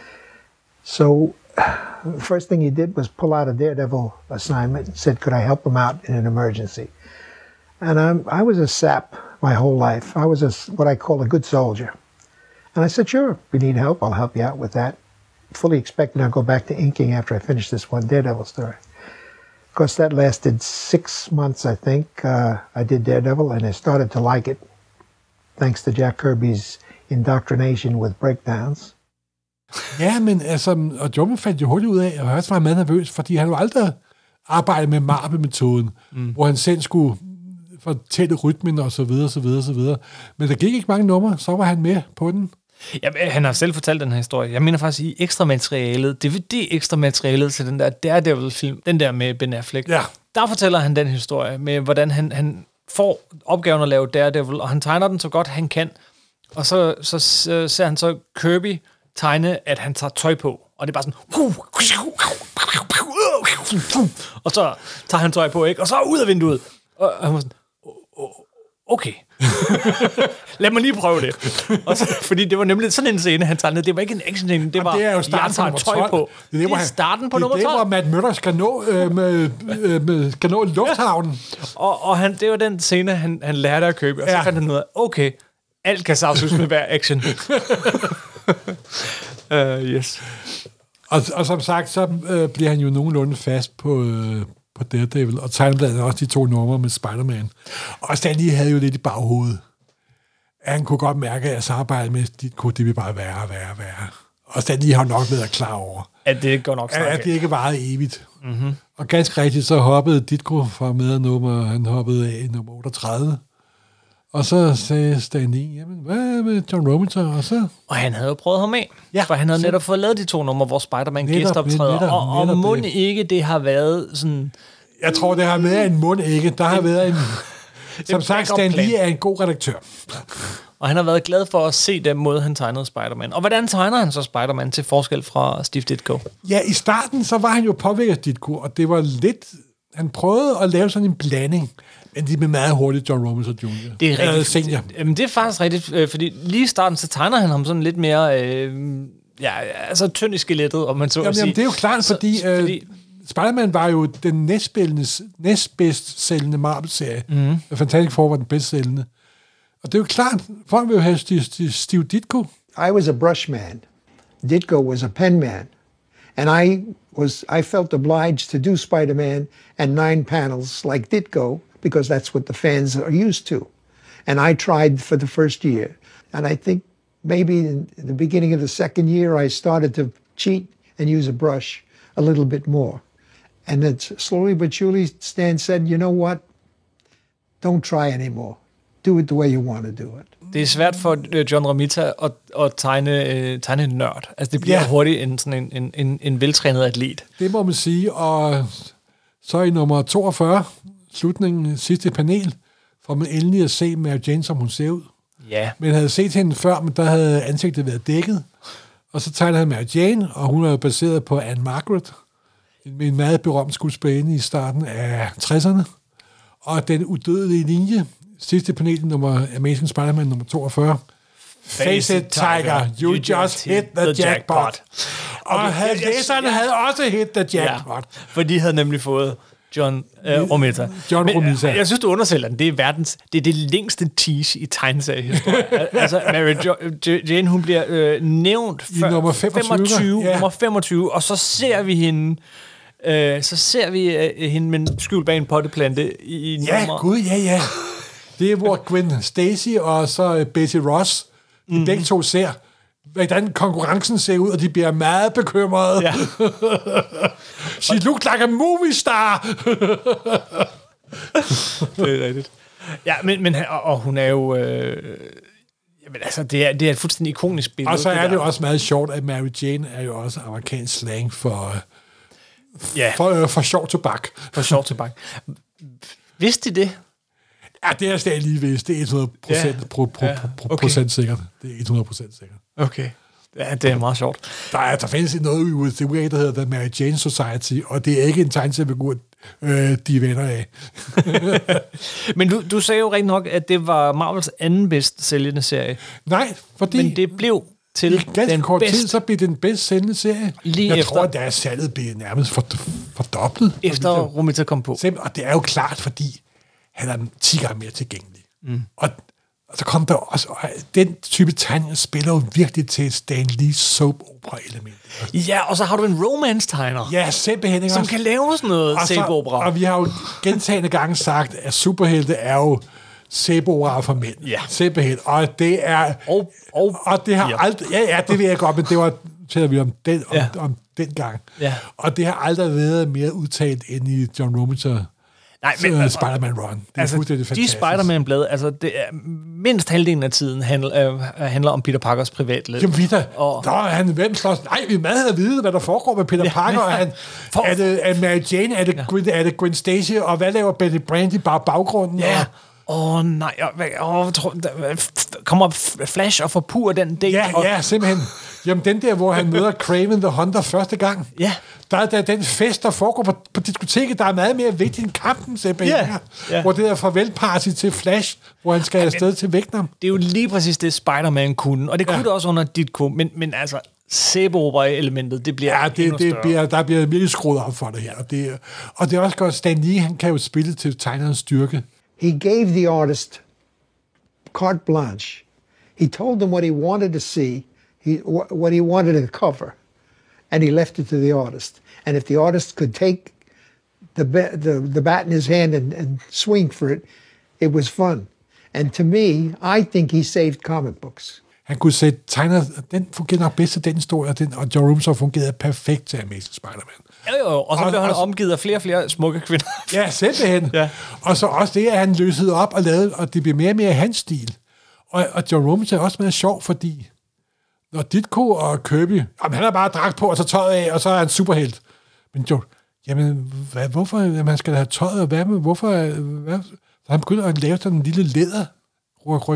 So the first thing he did was pull out a Daredevil assignment and said, could I help him out in an emergency? And um, I was a sap my whole life. I was a, what I call a good soldier. And I said, sure, if you need help, I'll help you out with that. Fully expecting I'll go back to inking after I finish this one Daredevil story. Of course, that lasted six months, I think. Uh, I did Daredevil, and I started to like it, thanks to Jack Kirby's indoctrination with breakdowns. Ja, men altså, og Joe fandt jo hurtigt ud af, og han var meget nervøs, fordi han jo aldrig arbejdet med Marvel-metoden, mm. hvor han selv skulle fortælle rytmen og så videre, så videre, så videre. Men der gik ikke mange numre, så var han med på den. Ja, han har selv fortalt den her historie. Jeg mener faktisk i ekstra materialet, D V D ekstra materialet til den der Daredevil-film, den der med Ben Affleck. Ja. Der fortæller han den historie med, hvordan han, han får opgaven at lave Daredevil, og han tegner den så godt han kan. Og så, så, så ser han så Kirby tegne, at han tager tøj på. Og det er bare sådan... Og så tager han tøj på, ikke? Og så ud af vinduet. Og han var sådan... Okay. Lad mig lige prøve det. Og så, fordi det var nemlig sådan en scene, han tegnede. Det var ikke en action scene, det var, det er jo starten på nummer tøj på. Det, det, det er starten på det, nummer tolv. Det er, hvor Matt Murdock skal nå, øh, med, øh, med, skal nå lufthavnen. Og, og han, det var den scene, han, han lærte at købe. Og så ja. fandt han ud af, okay, alt kan sagsøges med hver action. uh, yes. Og, og som sagt, så øh, bliver han jo nogenlunde fast på... Øh, på Daredevil, og tegner blandt også de to numre med Spider-Man. Og Stan Lee havde jo lidt i baghovedet. Han kunne godt mærke, at samarbejdet med Ditko, det ville bare være og være og være. Og Stan Lee har nok været klar over, at det går nok snakke. At det ikke varede evigt. Mm-hmm. Og ganske rigtigt, så hoppede Ditko fra mednummer, han hoppede af nummer otteogtredive. Og så sagde Stan Lee, jamen, hvad med John Romita? Og, så... og han havde jo prøvet ham af, ja, for han havde så... netop fået lavet de to numre, hvor Spider-Man gæsteoptræder. Og, og mund ikke, det har været sådan... Jeg tror, det har været en mund ikke. Der har været en... Som sagt, Stan Lee er en god redaktør. Og han har været glad for at se den måde, han tegnede Spider-Man. Og hvordan tegner han så Spider-Man til forskel fra Steve Ditko? Ja, i starten, så var han jo påvirket af Ditko, og det var lidt... Han prøvede at lave sådan en blanding, men de blev meget hurtigt John Romita junior Det er rigtigt. Senior. Jamen, det er faktisk rigtigt, øh, fordi lige i starten, så tegner han ham sådan lidt mere... Øh, ja, altså tynd i skelettet, om man så Jamen, at sige. jamen, det er jo klart, Så- fordi... Øh, fordi Spider-Man var jo den næstspillende, næstbedst sælgende Marvel-serie. Mm. Fantastic Four var den bedst sælgende. Og det er jo klart, folk vil jo have Steve, Steve Ditko. I was a brush man. Ditko was a pen man. And I was I felt obliged to do Spider-Man and nine panels like Ditko because that's what the fans are used to. And I tried for the first year. And I think maybe in the beginning of the second year I started to cheat and use a brush a little bit more. And then slowly but surely Stan said, you know what? Don't try anymore. Do it the way you want to do it. det er svært for øh, John Romita at, at tegne, øh, tegne en nørd. Altså, det bliver Ja. hurtigt en, sådan en, en, en, en veltrænet atlet. Det må man sige. Og så i nummer toogfyrre, slutningen, sidste panel, får man endelig at se Mary Jane, som hun ser ud. Ja. Men havde set hende før, men der havde ansigtet været dækket. Og så tegner han Mary Jane, og hun er jo baseret på Anne Margaret, en meget berømt skuespillerinde i starten af tresserne. Og den udødelige linje, sidste panel, nummer Amazing Spider-Man nummer toogfyrre. Face it, Tiger, you just hit the jackpot. Og havde, læserne havde også hit the jackpot. Ja, for de havde nemlig fået John øh, Romita. John Men, Romita. øh, Jeg synes, du undersælger den. Det er verdens, det er det længste tease i tegneseriehistorie. Altså, Mary jo- jo- Jane, hun bliver øh, nævnt I nummer femogtyve, femogtyve, ja. nummer femogtyve, og så ser vi hende, øh, så ser vi øh, hende med en skjul bag en potteplante i, i Ja, nummer. gud, ja, ja. Det er, hvor Gwen Stacy og så Betty Ross, mm. begge to ser, hvordan konkurrencen ser ud, og de bliver meget bekymrede. Ja. She looked like a movie star. Det er rigtigt. Ja, men, men og, og hun er jo... Øh, jamen, altså, det er, det er et fuldstændig ikonisk billede. Og så er det der. jo også meget sjovt, at Mary Jane er jo også amerikansk slang for, Ja, for, øh, for sjov tobak. for sjov tilbage. Vidste de det? Ja, det er stadig lige vist. Det er hundrede procent, Ja. pro, pro, Ja, pro, okay. procent sikkert. Det er hundrede procent sikkert. Okay. Ja, det er meget sjovt. Der, er, der findes noget i U S A, der hedder The Mary Jane Society, og det er ikke en tegneseriefigur, øh, de er venner af. Men du, du sagde jo rigtig nok, at det var Marvels anden bedst sælgende serie. Nej, fordi Men det blev til i ganske den kort tid, bedste så blev det den bedst sendende serie. Lige Jeg efter- tror, at deres salget blev nærmest for, fordoblet. efter Romita kom på. Simpelthen, og det er jo klart, fordi han er ti gange mere tilgængelig. Mm. Og, og så kom der også, og den type tegninger spiller jo virkelig til Stan Lee's soap opera element. Ja, og så har du en romance-tegner, Ja, simpelthen. Ikke som også? kan lave sådan noget og, så, sæbeopera. og vi har jo gentagende gange sagt, at superhelte er jo sæbeopera for mænd. Ja. Simpelthen. Og det er... Og- og og det har piger. aldrig... Ja, ja, det ved jeg godt, men det var... Taler vi om den, om, Ja. om den gang. Ja. Og det har aldrig været mere udtalt end i John Romita Nej, men, men uh, altså, Spider-Man Run. Det er altså, fuldstændig de fantastisk. Spider-Man-blade, altså det er, mindst halvdelen af tiden handler, øh, handler om Peter Parkers privatliv. Jamen, Vita, Og- der er han, hvem slås? Nej, vi meget havde at vide, hvad der foregår med Peter Ja. Parker. Og han, For- er, det, er Mary Jane, er det, ja. Gwen, er det Gwen Stacy, og hvad laver Betty Brandy bare baggrunden? Ja. Og, Åh, oh, nej. Åh, oh, kommer Flash og forpurer den del. ja, og, ja, simpelthen. Jamen, den der, hvor han møder Kraven the Hunter første gang. Ja. Der er der den fest, der foregår på, på diskoteket, der er meget mere vigtig end kampen, simpelthen. Ja, ja. Hvor det der farvelparty til Flash, hvor han skal afsted til Vietnam. Det er jo lige præcis det, Spider-Man kunne. Og det kunne Ja. det også under Ditko. Men, men altså, sæbeopera-elementet, det bliver Ja, endnu det, det større. bliver, der bliver virkelig skruet op for det her. Og det, og det er også godt, Stan Lee, han kan jo spille til tegnerens styrke. He gave the artist carte blanche. He told them what he wanted to see, he, wh- what he wanted to cover, and he left it to the artist. And if the artist could take the ba- the, the bat in his hand and, and swing for it, it was fun. And to me, I think he saved comic books. Han kunne sætte tegner, den fungerede nok bedst til den historie, og, den, og John Romita fungerede perfekt til Amazing Spider-Man. Jo, jo, og så Og- blev han og- omgivet af flere og flere smukke kvinder. Ja, simpelthen. Ja. Og så også det, at han løsede op og lavede, og det blev mere og mere hans stil. Og, og John Romita er også meget sjov, fordi når Ditko og Kirby, jamen, han har bare dragt på, og så tøjet af, og så er han superhelt. Men John, jamen, hvad, hvorfor man skal da have tøjet, og hvad med, hvorfor, hvad? Så han begynder at lave sådan en lille læder ryg,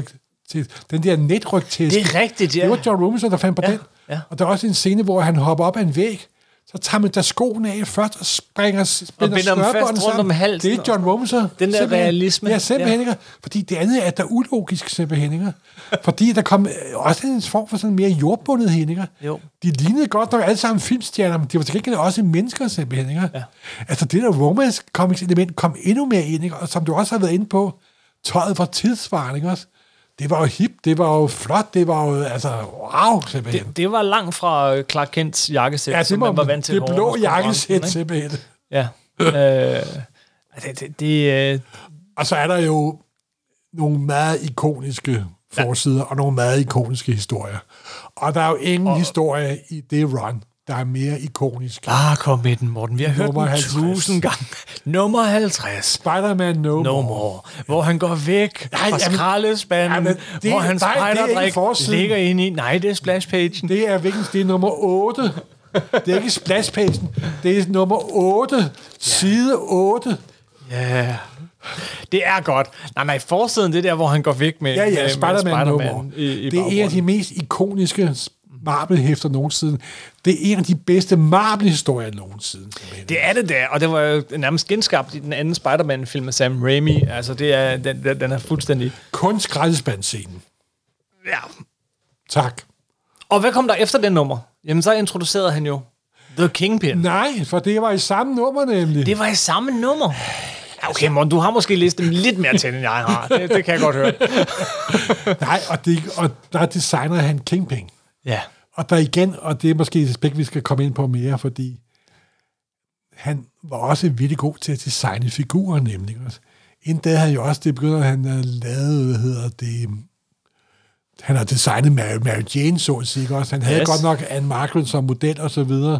til den der netrygtæske. Det er rigtigt, ja. Det var John Robinson, der fandt på Ja, den. ja. Og der er også en scene, hvor han hopper op ad en væg, så tager man der skoene af først og springer, spænder binder dem fast snørbånd rundt sammen. om halsen. Det er John Robinson. Den der Simpelthen. realisme. Ja, simpelthen. Ja. Fordi det andet er der ulogisk simpelthen. Ikke? Fordi der kom også en form for sådan mere jordbundet hen. Ikke? Jo. De lignede godt nok alle sammen filmstjerner, men de var til gengæld også mennesker simpelthen. Ikke? Ja. Altså det der romance comics element kom endnu mere ind, ikke? Og som du også har været inde på, tøjet var tidsvarende, ikke også? Det var jo hip, det var jo flot, det var jo, altså, wow, simpelthen. Det, det var langt fra Clark Kents jakkesæt, ja, det som var, man var vant til. det blå jakkesæt, simpelthen. Ja. øh, det, det, det, øh. Og så er der jo nogle meget ikoniske forsider, ja. Og nogle meget ikoniske historier. Og der er jo ingen og, historie i det run, der er mere ikonisk. Ah, kom med den, Morten. Vi har hørt Nummer den halvtreds. tusind gange. Nummer halvtreds. Spider-Man No, No More. More. Hvor han går væk Nej, fra jamen, skraldespanden, jamen, det- hvor hans nej, det er ikke spejderdrik forsiden. ligger inde i... Nej, det er splashpagen. Det er hvilken, det er nummer otte. Det er ikke splashpagen. Det er nummer otte. Ja. Side otte. Ja, det er godt. Nej, nej, forsiden, det er der, hvor han går væk med, Ja, ja, med, Spider-Man, med No Spider-Man More. i, i Det er en af de baggrunden. mest ikoniske Marvel-hæfter nogensinde. Det er en af de bedste Marvel-historier nogensinde. Det er det der, og det var jo nærmest genskabt i den anden Spider-Man-film med Sam Raimi. Altså, det er, den, den den er fuldstændig... Kun skraldespandsscenen. Ja. Tak. Og hvad kom der efter den nummer? Jamen, så introducerede han jo The Kingpin. Nej, for det var i samme nummer nemlig. Det var i samme nummer. Ja, okay, Morten, du har måske læst dem lidt mere til, end jeg har. Det, det kan jeg godt høre. Nej, og, det, og der designer han Kingpin. Ja. Og der igen, og det er måske et aspekt, vi skal komme ind på mere, fordi han var også virkelig god til at designe figurer, nemlig også. Inden da havde han jo også, det begynder han at lave, hvad hedder det, han har designet Mary, Mary Jane, så at sige, også. Han havde Yes. godt nok Anne Margaret som model, og så videre.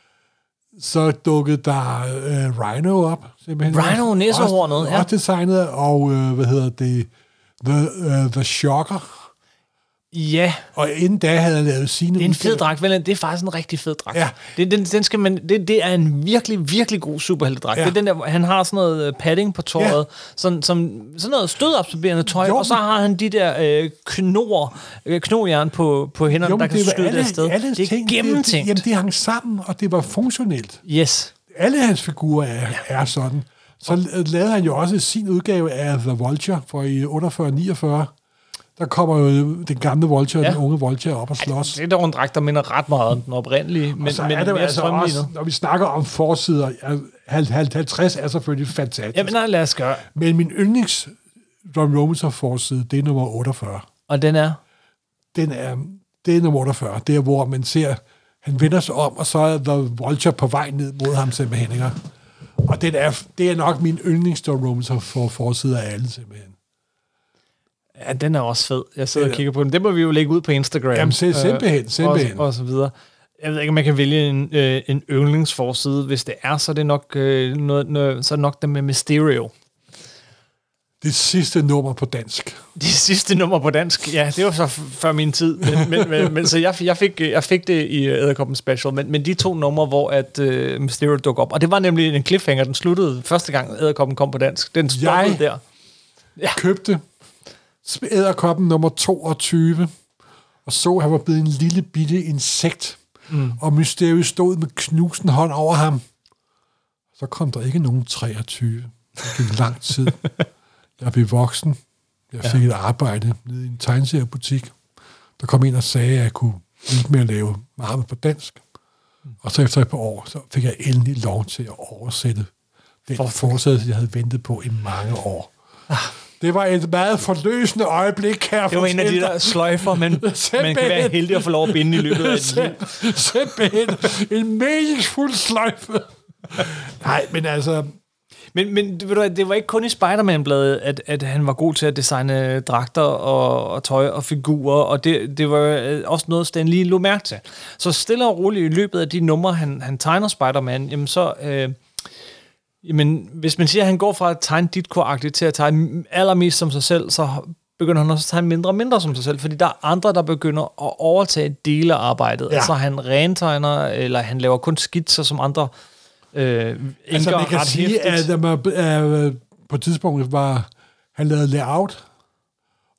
Så dukkede der øh, Rhino op. Simpelthen. Rhino, næsehornet, også, ja. også designet, og øh, hvad hedder det, The, uh, The Shocker. Ja, Og inden da havde han lavet sine... det er en fed udgaver. dragt, vel? Det er faktisk en rigtig fed dragt. Ja. Det, den, den skal man, det, det er en virkelig, virkelig god superheltedragt. Ja. Det er den der, han har sådan noget øh, padding på tøjet, Ja. sådan, som, sådan noget stødabsorberende tøj, Jo, og så har han de der øh, knor, øh, knogjern på, på hænderne, Jo, der men kan det var skyde det alle, afsted. alle Det er ting, gennemtænkt. Det, jamen, det hang sammen, og det var funktionelt. Yes. Alle hans figurer er, er sådan. Så lavede han jo også sin udgave af The Vulture fra i otteogfyrre niogfyrre. Der kommer jo den gamle Vulture, Ja. ja. den unge Vulture op og slås. Det er dog en dragt, der minder ret meget om den oprindelige, men, Og så men er det jo mere altså også, strømlignet. når vi snakker om forsider, halvtreds er selvfølgelig fantastisk. Jamen, nej, lad os gøre. Men min yndlings John Robinson forside, det er nummer otteogfyrre. Og den er... Den er, det er nummer otteogfyrre. Det er, hvor man ser, han vender sig om, og så er The Vulture på vej ned mod ham simpelthen. Ikke? Og det er, det er nok min yndlings John Robinson for forside af alle simpelthen. Ja, den er også fed. Jeg sidder Det er- og kigger på den. Det må vi jo lægge ud på Instagram. Jamen, se- simpelthen, Øh, simpelthen. Og, og så videre. Jeg ved ikke, om man kan vælge en, øh, en yndlingsforside. Hvis det er, så er det nok, øh, noget, noget, så er det nok det med Mysterio. Det sidste nummer på dansk. De sidste nummer på dansk, ja, det var så f- før min tid. Men, men, men, men så jeg, jeg, fik, jeg fik det i Edderkoppen Special. Men, men de to numre, hvor at, øh, Mysterio dukker op. Og det var nemlig en cliffhanger, den sluttede første gang Edderkoppen kom på dansk. Den stoppede Jeg- der. Ja. Købte Edderkoppen nummer toogtyve, og så han var blevet en lille bitte insekt, mm. og Mysterio stod med knusen hånd over ham. Så kom der ikke nogen treogtyve. Det gik lang tid. Jeg blev voksen. Jeg fik ja. et arbejde nede i en tegneseriebutik. Der kom en og sagde, at jeg kunne ikke mere lave Marvel på dansk. Og så efter et par år, så fik jeg endelig lov til at oversætte den forsættelse, jeg havde ventet på i mange år. Ah. Det var et meget forløsende øjeblik, kan jeg Det var en af de der sløjfer, men man kan være heldig at få lov at binde i løbet af et liv. Simpelthen en meningsfuld sløjfe. Nej, men altså... Men, men ved du hvad, det var ikke kun i Spider-Man-bladet, at, at han var god til at designe dragter og, og tøj og figurer, og det, det var også noget, Stan Lee lå mærke til. Så stille og roligt i løbet af de numre, han, han tegner Spider-Man, jamen så... Øh, jamen, hvis man siger, at han går fra at tegne Ditko-agtigt til at tegne allermest som sig selv, så begynder han også at tegne mindre og mindre som sig selv, fordi der er andre, der begynder at overtage dele af arbejdet. Ja. Altså han rentegner, eller han laver kun skitser, som andre øh, altså man kan sige, at der var, øh, på et tidspunkt var han lavede layout,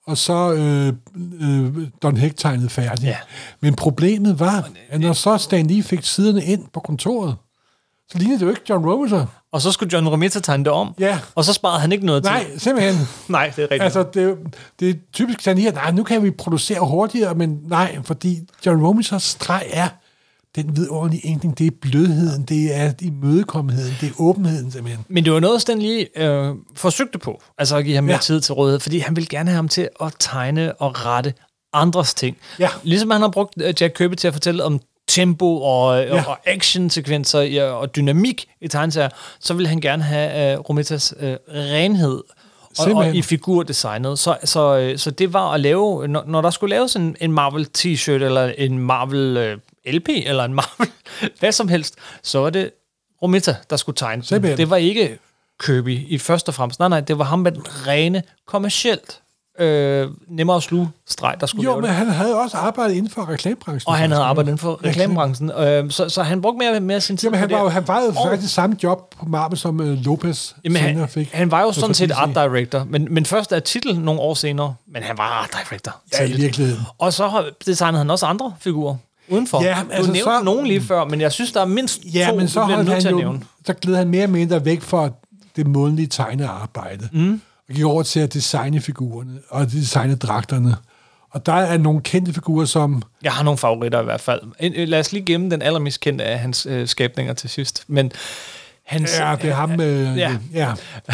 og så øh, øh, Don Heck tegnede færdigt. Ja. Men problemet var, at når så Stan Lee fik siderne ind på kontoret, så lignede det jo ikke John Romita. Og så skulle John Romita tegne det om, Ja. og så sparede han ikke noget Nej, til. simpelthen. Nej, det er rigtigt. Altså, det, er jo- det er typisk Stan Lee, at nej, nu kan vi producere hurtigere, men nej, fordi John Romitas streg er den vidunderlige enkling. Det er blødheden, det er imødekommenheden, det er åbenheden simpelthen. Men det var noget, Stan Lee øh, forsøgte på, altså at give ham mere Ja. tid til rådighed, fordi han ville gerne have ham til at tegne og rette andres ting. Ja. Ligesom han har brugt øh, Jack Kirby til at fortælle om tempo og, Ja. ja. og action-sekvenser ja, og dynamik i tegneserier, så ville han gerne have øh, Romitas øh, renhed og, og Simpelthen. i figurdesignet. Så, så, øh, så det var at lave, når, når der skulle laves en, en Marvel t-shirt, eller en Marvel øh, L P, eller en Marvel hvad som helst, så var det Romita, der skulle tegne den. Simpelthen. Det var ikke Kirby i første og fremmest. Nej, nej, det var ham med den rene, kommercielt øh, nemmere at sluge streg, der skulle Jo, lave men det. han havde også arbejdet inden for reklamebranchen. Og han havde faktisk. arbejdet inden for reklamebranchen, øh, så, så han brugte mere, mere sin tid Jamen, han på var jo det. han var jo Og- faktisk samme job på Marvel, som uh, Lopez Jamen, senere han, fik. han var jo Så sådan så set D C. art director, men, men først er titel nogle år senere, men han var art director. Ja, i tidligt. virkeligheden. Og så har- designede han også andre figurer udenfor. Ja, du altså, nævnte så- nogen lige før, men jeg synes, der er mindst Ja, to, men så du bliver holdt nødt han til at jo, nævne. så gled han mere og mindre væk fra det månedlige tegnearbejde. Mm. Og gik over til at designe figurerne og designe dragterne. Og der er nogle kendte figurer, som... Jeg har nogle favoritter i hvert fald. En- øh, Lad os lige gemme den allermest kendte af hans øh, skabninger til sidst. Men hans, Ja, det er ham med... Ja. ja.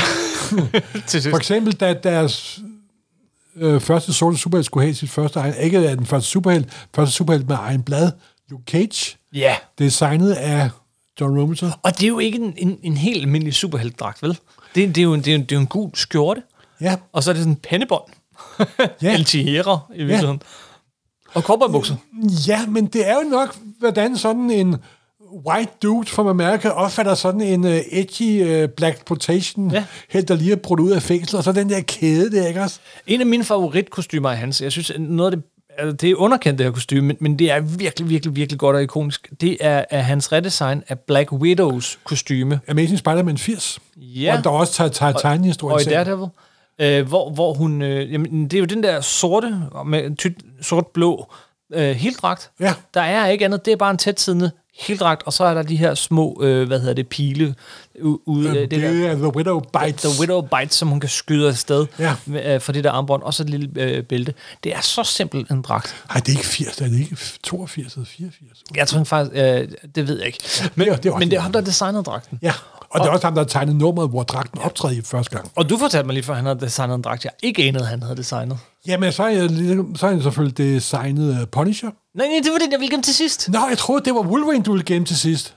til sidst. For eksempel, da deres øh, første sorte superhelt skulle have sit første egen... Ikke af den første superhelt, første superhelt med egen blad, Luke Cage, Ja, designet af John Romita. og det er jo ikke en, en, en helt almindelig superheltdragt, vel? Det, det, er jo en, det, er jo en, det er jo en gul skjorte, Ja, og så er det sådan en pennebånd. Ja. El Tierra, i virkeligheden. Og cowboybukser. ja, men det er jo nok, hvordan sådan en white dude from America opfatter sådan en uh, edgy uh, black exploitation Ja. helt der lige er brudt ud af fængsel, og så den der kæde der, ikke også? En af mine favoritkostymer er hans. Jeg synes, noget af det, altså, det er underkendt, det her kostyme, men, men det er virkelig, virkelig, virkelig godt og ikonisk. Det er, er hans redesign af Black Widows kostyme. Amazing Spider-Man firs. Ja. Og der er også taget taget tegnehistorien Og i selv. Daredevil, øh, hvor, hvor hun... Øh, jamen, det er jo den der sorte, med tyt, sort-blå øh, heldragt. Ja. Der er ikke andet. Det er bare en tætsiddende heldragt, og så er der de her små, øh, hvad hedder det, pile u- ude. Øhm, Øh, det, det er The Widow Bites. The Widow Bites, som hun kan skyde afsted Ja. med, øh, for det der armbånd, og så et lille øh, bælte. Det er så simpelt en dragt. Ej, det er ikke firs, det er det ikke toogfirs eller fireogfirs. Jeg tror faktisk, øh, det ved jeg ikke. Men, det er- det er også men det er det. ham, der designede dragten. Ja, og det er også ham, der har tegnet nummeret, hvor dragten optræder i første gang. Og du fortalte mig lige før, at han havde designet en dragt, jeg ikke anede, han havde designet. Jamen, så er jeg, lige- så er jeg selvfølgelig designet uh, Punisher. Nej, nej, det var det, jeg ville gemme til sidst. Nå, jeg troede, det var Wolverine, du ville gemme til sidst.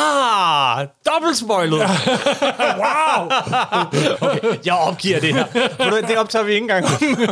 Ah, dobbelt spoilet. Wow. Okay, jeg opgiver det her. Ved du, det optager vi ikke engang.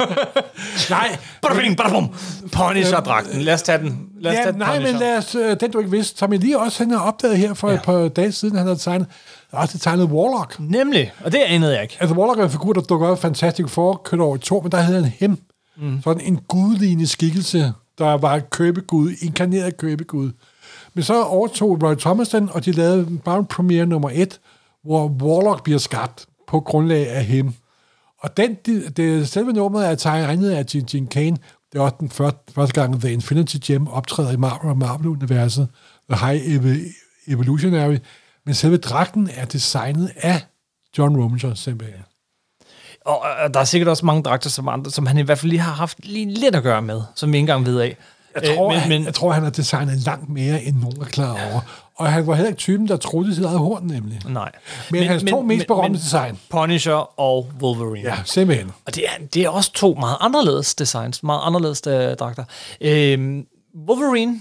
Nej, Badabing, badabum. Punisher-dragten. Lad os tage den. Lad os ja, tage den nej, men Punisher. lad os, øh, den du ikke vidste, som jeg lige også han har opdaget her for ja. et par dage siden, han havde tegnet, også tegnet Warlock. Nemlig, og det anede jeg ikke. Altså, Warlock er en figur, der dukker op i Fantastic Four, kørt over i to, men der hedder han Hem. Mm. Sådan en gudlignende skikkelse, der var købegud, inkarneret købegud. Men så overtog Roy Thomas den, og de lavede bare premiere nummer et, hvor Warlock bliver skabt på grundlag af Hem. Og den, det, det selve nummeret er tegnet af Gene, Gene Kane. Det er også den første, første gang, The Infinity Gem optræder i Marvel og Marvel-universet. The High Ev- Evolutionary. Men selve dragten er designet af John Romita, simpelthen. Og, og der er sikkert også mange dragter, som, andre, som han i hvert fald lige har haft lige lidt at gøre med, som vi ikke engang ved af. Jeg tror, Øh, men, han, jeg tror, han har designet langt mere, end nogen er klar over. Og han var heller ikke typen, der troede i sit eget horn, nemlig. Nej. Men, men hans to mest berømte design. Punisher og Wolverine. Ja, simpelthen. Og det er, det er også to meget anderledes designs, meget anderledes uh, dragter. Øhm, Wolverine,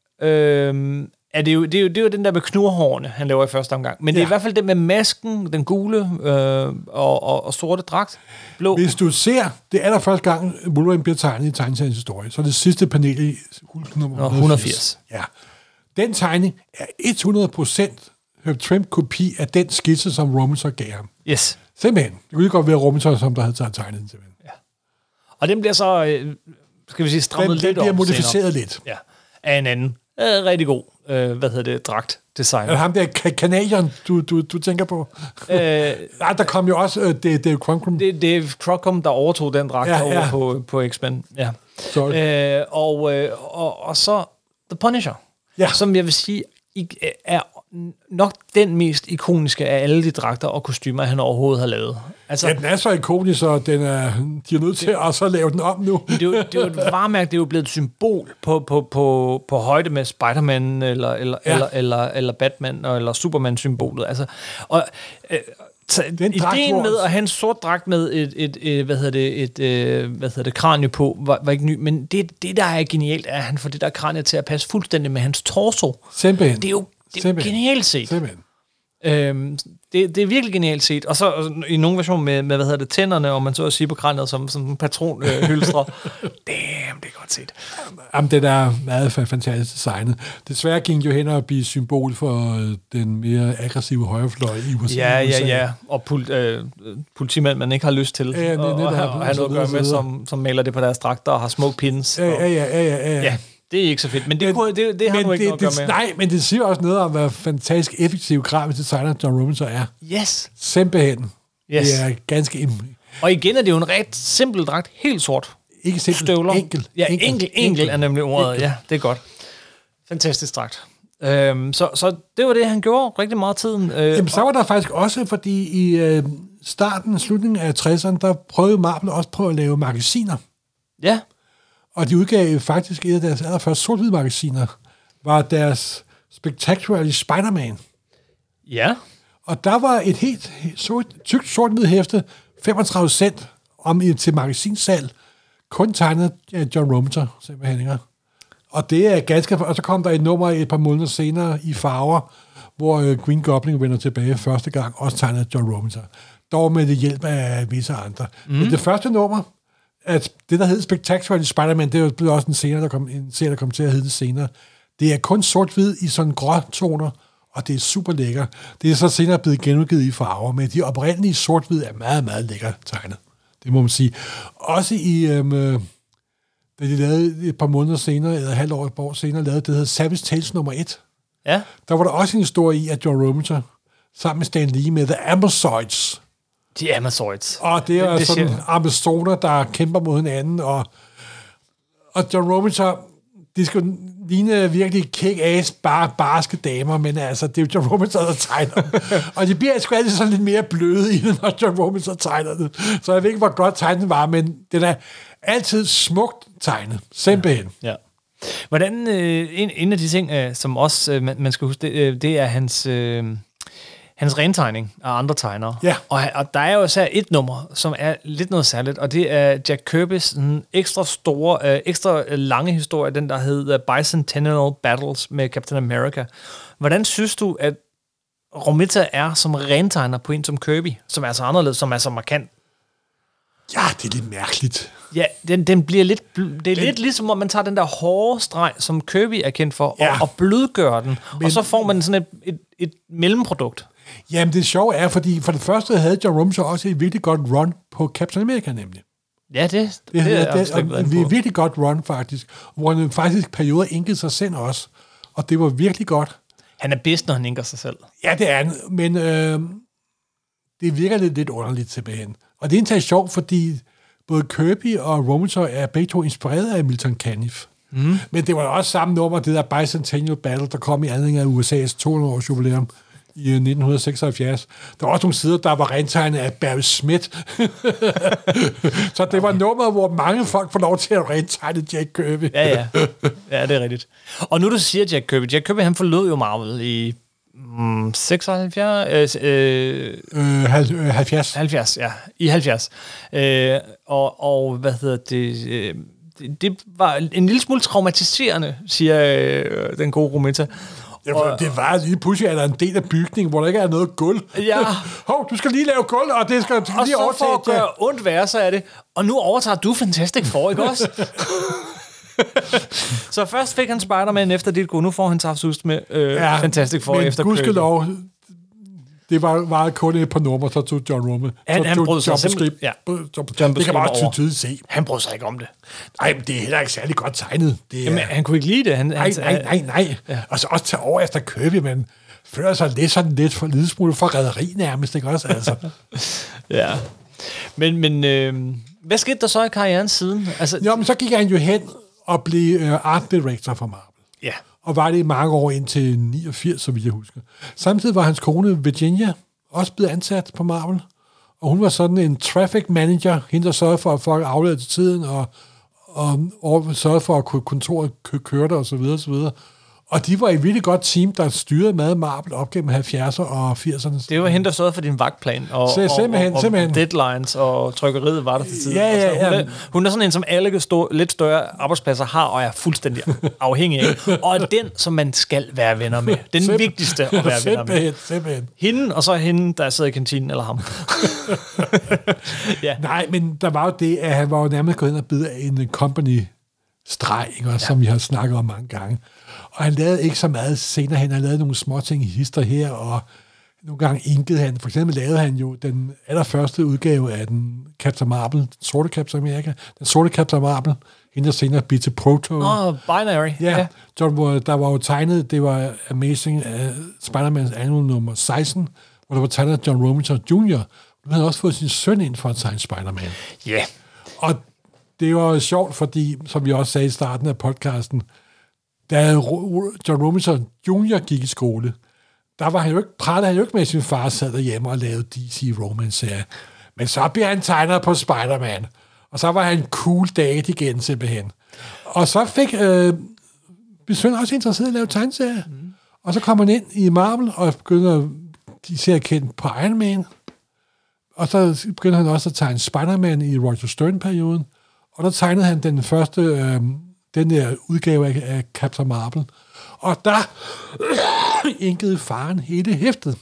øhm, er det, jo, det, er jo, det er jo den der med knurhårene, han laver i første omgang. Men ja. Det er i hvert fald den med masken, den gule øh, og, og, og sorte dragt. Blå. Hvis du ser det allerførste gang, Wolverine bliver tegnet i tegneseriens historie, så er det sidste panel i Hulk nummer et hundrede og firs. Ja. Den tegning er hundrede procent Herb Trimp kopi af den skitse, som Romita gav ham. Yes. Simpelthen. Det kunne godt være Romita, som der havde taget tegnet den. Simpelthen. Ja. Og den bliver så, øh, skal vi sige, strammet Den, lidt den bliver op modificeret senere. lidt. Ja. Af en anden. Øh, rigtig god øh, hvad hedder det, dragt designer. Er det ham der ka- kanadieren, du, du, du tænker på? Øh, Nej, der kom jo også uh, Dave, Dave Crockham. det, det er Crockham, der overtog den dragt Ja, over ja. på, på X-Men. Ja. Sorry. Øh, og, øh, og, og så The Punisher, Ja. som jeg vil sige, er nok den mest ikoniske af alle de dragter og kostymer, han overhovedet har lavet. Altså, Ja, den er så ikonisk, så den er, de er nødt til at så lave den om nu. det er jo, det er jo et varemærke, det er jo blevet et symbol på, på, på, på højde med Spider-Man, eller, eller, Ja. eller, eller, eller Batman, eller Superman-symbolet. Altså, og, øh, så Den dragt, ideen hvor- med at have en sort dragt med et, et, et, hvad hedder det, et, et hvad hedder det, kranie på, var, var ikke ny, men det, det, der er genialt, er, at han får det der kranie til at passe fuldstændig med hans torso. Simpelthen. Det er jo, det er jo Simpelthen. genialt set. Simpelthen. Øhm, det, det er virkelig genialt set. Og så og i nogle versioner med, med, hvad hedder det, tænderne, og man så at sige på kraniet som, som en patronhylstre. Damn, det er godt set. Jamen, det er meget fa- fantastisk designet. Desværre gik jo hen og blive symbol for øh, den mere aggressive højrefløj i U S A. Ja, ja, ja. Og pul, øh, politimænd, man ikke har lyst til. Ja, ja, og, og, netop. og, og have noget at gøre med, som, som maler det på deres dragter og har smoke pins. Ja, ja, og, ja, ja, ja, ja. ja, det er ikke så fedt. Men det, kunne, det, det har men du ikke det, noget at det, gøre med. Nej, men det siger også noget om, hvad fantastisk effektiv grafisk designer John Romita er. Yes. Simpelthen. Yes. Det er ganske im- Og igen er det jo en ret simpel dragt. Helt sort. ikke simpelt. Støvler. Enkel. Ja, enkel, enkel, enkel er nemlig ordet. Enkel. Ja, det er godt. Fantastisk dragt. Øhm, så, så det var det, han gjorde rigtig meget af tiden. Øh, Jamen, så var der faktisk også, fordi i øh, starten og slutningen af tresserne, der prøvede Marvel også på at lave magasiner. ja, Og de udgav faktisk et af deres allerførste sort-hvide magasiner, var deres Spectacular Spider-Man. ja. Og der var et helt sort, tykt sort-hvid hæfte, femogtredive cent om i, til magasinsalg, kun tegnet af John Romita, simpelthen. Ikke? Og det er ganske... Og så kom der et nummer et par måneder senere i farver, hvor øh, Green Goblin vender tilbage første gang, også tegnet af John Romita. Dog med det hjælp af visse andre. Mm. Men det første nummer, at det, der hed Spectacular Spider-Man, det blev også en serie, der kom, en serie, der kom til at hedde det senere. Det er kun sort-hvid i sådan gråtoner, og det er super lækker. Det er så senere blevet genudgivet i farver, men de oprindelige sort-hvid er meget, meget lækker tegnet. Det må man sige. Også i, øhm, da de lavede et par måneder senere, eller et halvt år, et par år senere, lavede det, der hedder Savage Tales nummer et. Ja. Der var der også en historie i, at John Romita, sammen med Stan Lee, med The Amazons. De Amazons. Og det er Det- det sådan siger- Amazoner, der kæmper mod hinanden, og, og John Romita, de skulle ligne virkelig kick-ass, bare barske damer, men altså, det er jo John Romita, der tegner. Og de bliver sgu altid sådan lidt mere bløde i det, når John Romita tegner det. Så jeg ved ikke, hvor godt tegnet var, men den er altid smukt tegnet. Simpelthen. Ja. Hvordan, øh, en, en af de ting, øh, som også øh, man, man skal huske, det, øh, det er hans, øh, hans rentegning af andre tegnere. Ja. Og, og der er jo især et nummer, som er lidt noget særligt, og det er Jack Kirby's sådan ekstra store, øh, ekstra lange historie, den der hedder Bicentennial Battles med Captain America. Hvordan synes du, at Romita er som rentegner på en som Kirby, som er så anderledes, som er så markant? Ja, det er lidt mærkeligt. Ja, den, den bliver lidt... bl- Det er den, lidt ligesom, om man tager den der hårde streg, som Kirby er kendt for, Ja. og, og blødgør den, Men- og så får man sådan et, et, et mellemprodukt. Jamen, det sjove er, fordi for det første havde John Romita også et virkelig godt run på Captain America, nemlig. Ja, det, det, Det, det er det, jeg det, slet ikke været det, inde det er på. virkelig godt run, faktisk. Hvor han faktisk perioder inkede sig selv også. Og det var virkelig godt. Han er bedst, når han inker sig selv. Ja, det er han, men øh, det virker lidt, lidt underligt tilbage. Og det er egentlig sjovt, fordi både Kirby og Romita er begge to inspireret af Milton Caniff. Mm. Men det var også samme nummer, det der Bicentennial Battle, der kom i anledning af U S A's to hundrede års jubilæum i nitten seksoghalvfjerds. Der var også nogle sider, der var rentegnet af Barry Smith. Så det var nummer, hvor mange folk får lov til at rentegne Jack Kirby. Ja, ja. Ja, det er rigtigt. Og nu du siger Jack Kirby. Jack Kirby, han forlod jo Marvel i mm, seksoghalvfjerds... Øh, Øh, halv- øh, halvfjerds. halvfjerds, ja. I halvfjerds. Øh, og, og hvad hedder det... Øh, det, det var en lille smule traumatiserende, siger øh, den gode Romita. Ja, for det var lige pludselig, at der er en del af bygningen, hvor der ikke er noget gulv. Ja. Hov, du skal lige lave gulv, og det skal du skal Og lige så overtage. for at gøre ondt værre, så er det, og nu overtager du Fantastic Four, ikke også? Så først fik han Spider-Man efter dit gode, nu får han saftsus med øh, ja, Fantastic Four men efter gudskelov, det var, var kun et par numre, så tog John Romita. Han, han brød sig simpelthen... Ja. John det kan man også tydeligt se. Han brød sig ikke om det. Nej, men det er heller ikke særlig godt tegnet. Det er, Jamen, han kunne ikke lide det. Han, nej, han, nej, nej, nej. Ja. Og så også tage over efter Kirby, men føler sig lidt sådan lidt for lille smule for rederi nærmest, ikke også? Altså. Ja. Men, men øh, hvad skete der så i karrieren siden? Altså, jo, men så gik han jo hen og blev uh, art director for Marvel. Ja. Og var det i mange år indtil niogfirs, så vidt jeg husker. Samtidig var hans kone Virginia også blevet ansat på Marvel. Og hun var sådan en traffic manager, hende der sørgede for, at folk aflevede til tiden, og, og, og sørgede for, at kontoret kørte, og så videre, og så videre. Og de var et virkelig godt team, der styrede med Marvel op gennem halvfjerdserne og firserne. Det var hende, der sørgede for din vagtplan, og, Så, simpelthen, og, og, simpelthen. og deadlines, og trykkeriet var der til tiden. Ja, ja, altså, hun, ja. er, hun er sådan en, som alle store, lidt større arbejdspladser har, og er fuldstændig afhængig af. Og er den, som man skal være venner med. Den Simp- vigtigste at være venner simpelthen, med. Simpelthen. Hende, og så hende, der sidder i kantinen, eller ham. Ja. Nej, men der var jo det, at han var jo nærmest gået ind og bide af en company-streg, ja. Som vi har snakket om mange gange. Og han lavede ikke så meget senere hen. Han lavede nogle små ting i hister her, og nogle gange inkede han. For eksempel lavede han jo den allerførste udgave af den Captain Marvel, den sorte Captain America, den sorte Captain Marvel, hende der senere blev til Proto. Åh, oh, Binary. Ja, ja. John, der var jo tegnet, det var Amazing uh, Spider-Man's Annual nummer seksten, hvor der var tegnet John Romita junior Nu havde han også fået sin søn ind for at tegne Spider-Man. Ja. Yeah. Og det var sjovt, fordi, som vi også sagde i starten af podcasten, da John Romita junior gik i skole, der var han jo ikke, prallede han jo ikke med, at sin far sad derhjemme og lavede D C Romance-serier. Men så bliver han tegner på Spider-Man. Og så var han cool date igen, simpelthen. Og så fik øh, min søn også interesseret i at lave tegneserier. Mm. Og så kom han ind i Marvel og begyndte at de ser kendt på Iron Man. Og så begyndte han også at tegne Spider-Man i Roger Stern-perioden. Og der tegnede han den første, øh, den der udgave af, af Captain Marvel. Og der inkede faren hele hæftet.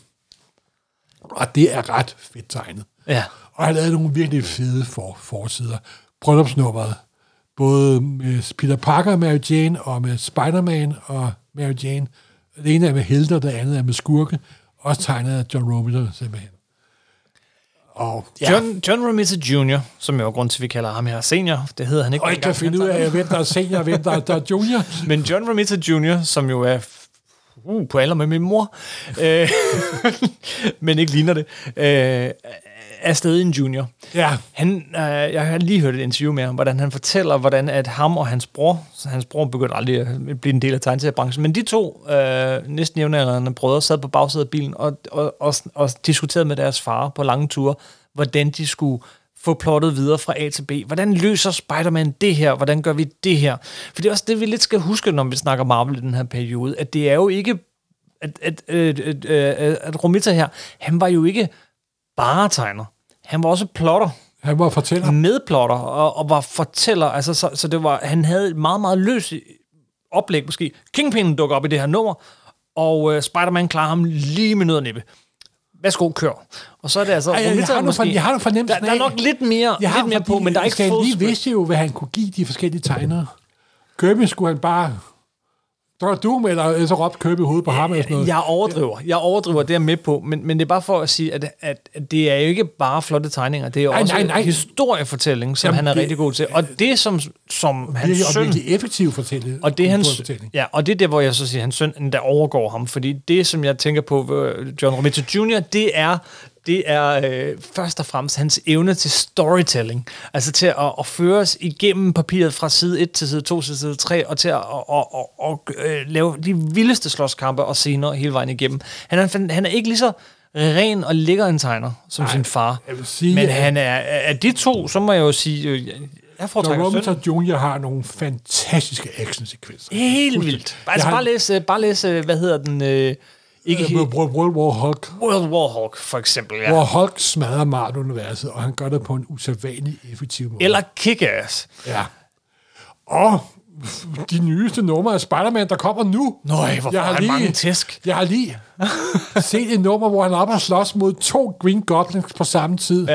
Og det er ret fedt tegnet. Ja. Og han lavede nogle virkelig fede for, forsider. Bryllupsnummeret. Både med Peter Parker og Mary Jane, og med Spider-Man og Mary Jane. Det ene er med helte, og det andet er med skurke. Også tegnet af John Romita, simpelthen. Og, ja. John, John Romita junior, som jo er grund til, at vi kalder ham her senior. Det hedder han ikke. Og jeg kan finde ud af, hvem der er senior, og hvem der er, der er junior. Men John Romita junior, som jo er uh, på alder med min mor, øh, men ikke ligner det, øh, er stadig en junior. Ja. Han, øh, jeg har lige hørt et interview med ham, hvordan han fortæller, hvordan at ham og hans bror, så hans bror begyndte aldrig at blive en del af tegneseriebranchen, men de to øh, næsten jævnaldrende brødre sad på bagsædet af bilen og, og, og, og diskuterede med deres far på lange ture, hvordan de skulle få plottet videre fra A til B. Hvordan løser Spider-Man det her? Hvordan gør vi det her? For det er også det, vi lidt skal huske, når vi snakker Marvel i den her periode, at det er jo ikke, at, at, at, at, at, at Romita her, han var jo ikke bare tegner. Han var også plotter. Han var fortæller. Medplotter, og, og var fortæller. Altså, så, så det var, han havde et meget, meget løs oplæg måske. Kingpin dukker op i det her nummer, og uh, Spider-Man klarer ham lige med nød og nippe. Værsgo, kør. Og så er det altså... Ej, jeg, jeg, har måske, jeg har nu fornemmelsen der, der er nok lidt mere, jeg lidt mere på, men der er ikke full full lige vidste jo, hvad han kunne give de forskellige tegnere. Kirby skulle han bare... Dr. Doom, eller så råbte Kirby hovedet på ham eller sådan noget. Jeg overdriver. Jeg overdriver, det er med på, men, men det er bare for at sige, at, at, at det er jo ikke bare flotte tegninger, det er nej, også nej, nej. en historiefortælling, som Jamen, han er det, rigtig god til. Og det, som, som hans og søn... virkelig effektiv fortælling. Og det, hans, ja, og det er der, hvor jeg så siger, hans søn, der overgår ham. Fordi det, som jeg tænker på John Romita junior, det er... det er øh, først og fremmest hans evne til storytelling. Altså til at, at føre os igennem papiret fra side et til side to til side tre, og til at og, og, og, øh, lave de vildeste slåskampe og scener hele vejen igennem. Han er, han er ikke lige så ren og lækker en tegner som Ej, sin far. Sige, men han er af de to, så må jeg jo sige... Øh, jeg foretrækker søn. Romita junior har nogle fantastiske actionsekvenser. Helt vildt. Altså bare læs, bare læs, hvad hedder den... Øh, Ikke uh, World War Hulk. World War Hulk, for eksempel, ja. Hvor Hulk smadrer Marvel-universet, og han gør det på en usædvanlig effektiv måde. Eller Kick-Ass. Ja. Og de nyeste numre af Spider-Man, der kommer nu. Nøj, hvor har han mange tæsk. Jeg har lige set et nummer, hvor han er oppe og slås mod to Green Goblins på samme tid. Ja.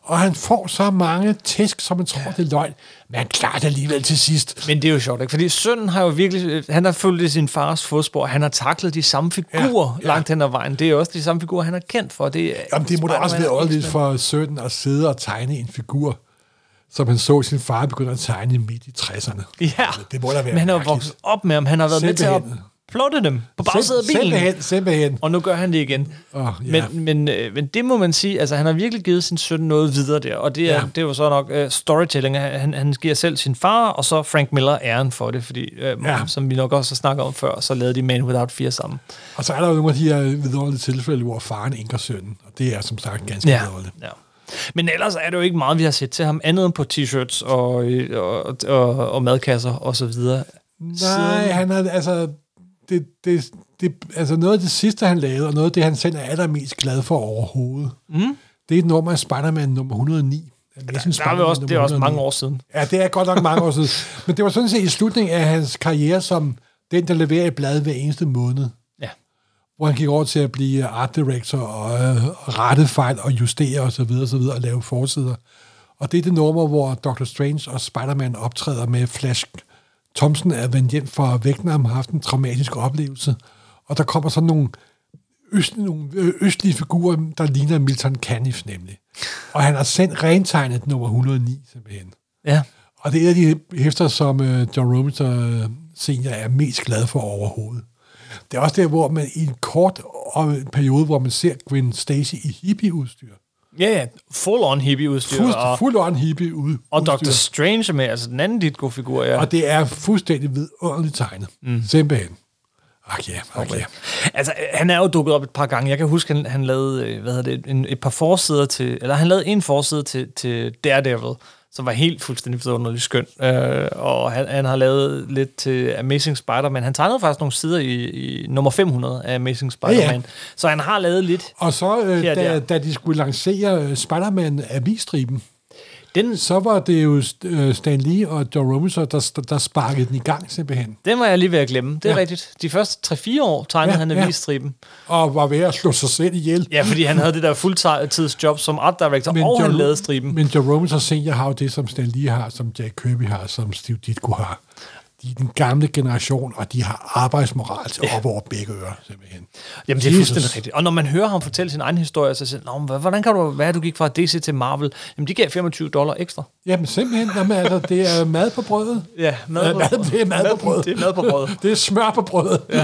og han får så mange tæsk, som man tror, ja. det er løgn, men han klarer det alligevel til sidst. Men det er jo sjovt, ikke? Fordi sønnen har jo virkelig, han har fulgt i sin fars fodspor, han har taklet de samme figurer ja, ja. langt hen ad vejen. Det er også de samme figurer, han er kendt for. Det, Jamen, det må da også være ordentligt for sønnen at sidde og tegne en figur, som han så sin far begynde at tegne midt i tresserne. Ja, det må da være men han har jo vokset op med ham, han har været simpelthen med til at plotte dem på bagsædet af bilen. Simpelthen, simpelthen. Og nu gør han det igen. Oh, yeah. men, men, øh, men det må man sige, altså han har virkelig givet sin søn noget videre der, og det er, yeah. det er jo så nok uh, storytelling. Han, han giver selv sin far, og så Frank Miller æren for det, fordi, uh, yeah. som vi nok også har snakket om før, så lavede de Man Without Fear sammen. Og så er der jo nogle af de her vidunderlige tilfælde, hvor faren enker sønnen, og det er som sagt ganske ja. vidunderligt. Ja. Men ellers er det jo ikke meget, vi har set til ham, andet end på t-shirts og, og, og, og madkasser og så videre. Nej, Siden... han er altså... Det, det, det, altså noget af det sidste, han lavede, og noget af det, han selv er allermest glad for overhovedet, mm. det er et nummer af Spider-Man nummer et hundrede og ni. Ja, der er også, det er også mange år siden. Ja, det er godt nok mange år siden. Men det var sådan set i slutningen af hans karriere som den, der leverer et blad hver eneste måned. Ja. Hvor han gik over til at blive art director og øh, rette fejl og justere osv. Og, så videre, og lave forsider. Og det er det nummer, hvor doctor Strange og Spider-Man optræder med Flash Thompson er vendt hjem fra Vietnam, har haft en traumatisk oplevelse, og der kommer sådan nogle, øst, nogle østlige figurer, der ligner Milton Caniff nemlig. Og han har sendt rentegnet nummer et hundrede og ni, simpelthen. Ja. Og det er de hæfter, som uh, John Romita uh, senior er mest glad for overhovedet. Det er også der, hvor man i en kort periode, hvor man ser Gwen Stacy i hippie-udstyr. Ja, ja, full-on hippie-udstyr. Full, full-on hippie-udstyr. Og doctor Strange med, altså den anden Ditko-figur, ja. Og det er fuldstændig vidunderligt tegnet. Mm. Simpelthen. Ach ja, ach ja. Altså, han er jo dukket op et par gange. Jeg kan huske, han, han lavede, hvad hedder det, en, et par forsider til, eller han lavede en forside til, til Daredevil, som var helt fuldstændig vidunderligt skøn. Øh, og han, han har lavet lidt til Amazing Spider-Man. Han tegnede faktisk nogle sider i, i nummer fem hundrede af Amazing Spider-Man. Ja, ja. Så han har lavet lidt. Og så, øh, da, da de skulle lancere uh, Spider-Man-avisstriben, den, så var det jo uh, Stan Lee og Joe Romita, der, der sparkede den i gang simpelthen. Den var jeg lige ved at glemme. Det er ja. rigtigt. De første tre fire år tegnede ja, han avisstriben. Ja. Og var ved at slå sig selv ihjel. Ja, fordi han havde det der fuldtidsjob som art director, men og Joe, han lavede striben. Men Joe Romita senior har jo det, som Stan Lee har, som Jack Kirby har, som Steve Ditko har. De er den gamle generation, og de har arbejdsmoral til ja. op over begge ører, simpelthen. Jamen, det er fuldstændig rigtigt. Og når man hører ham fortælle sin egen historie, så siger han, hvordan kan du være, du gik fra D C til Marvel? Jamen, de gav femogtyve dollar ekstra. Jamen, simpelthen. Jamen, altså, det er mad på brødet. Ja, mad på brødet. Det er mad på brødet. Det er mad på brødet. Det er smør på brødet. Ja.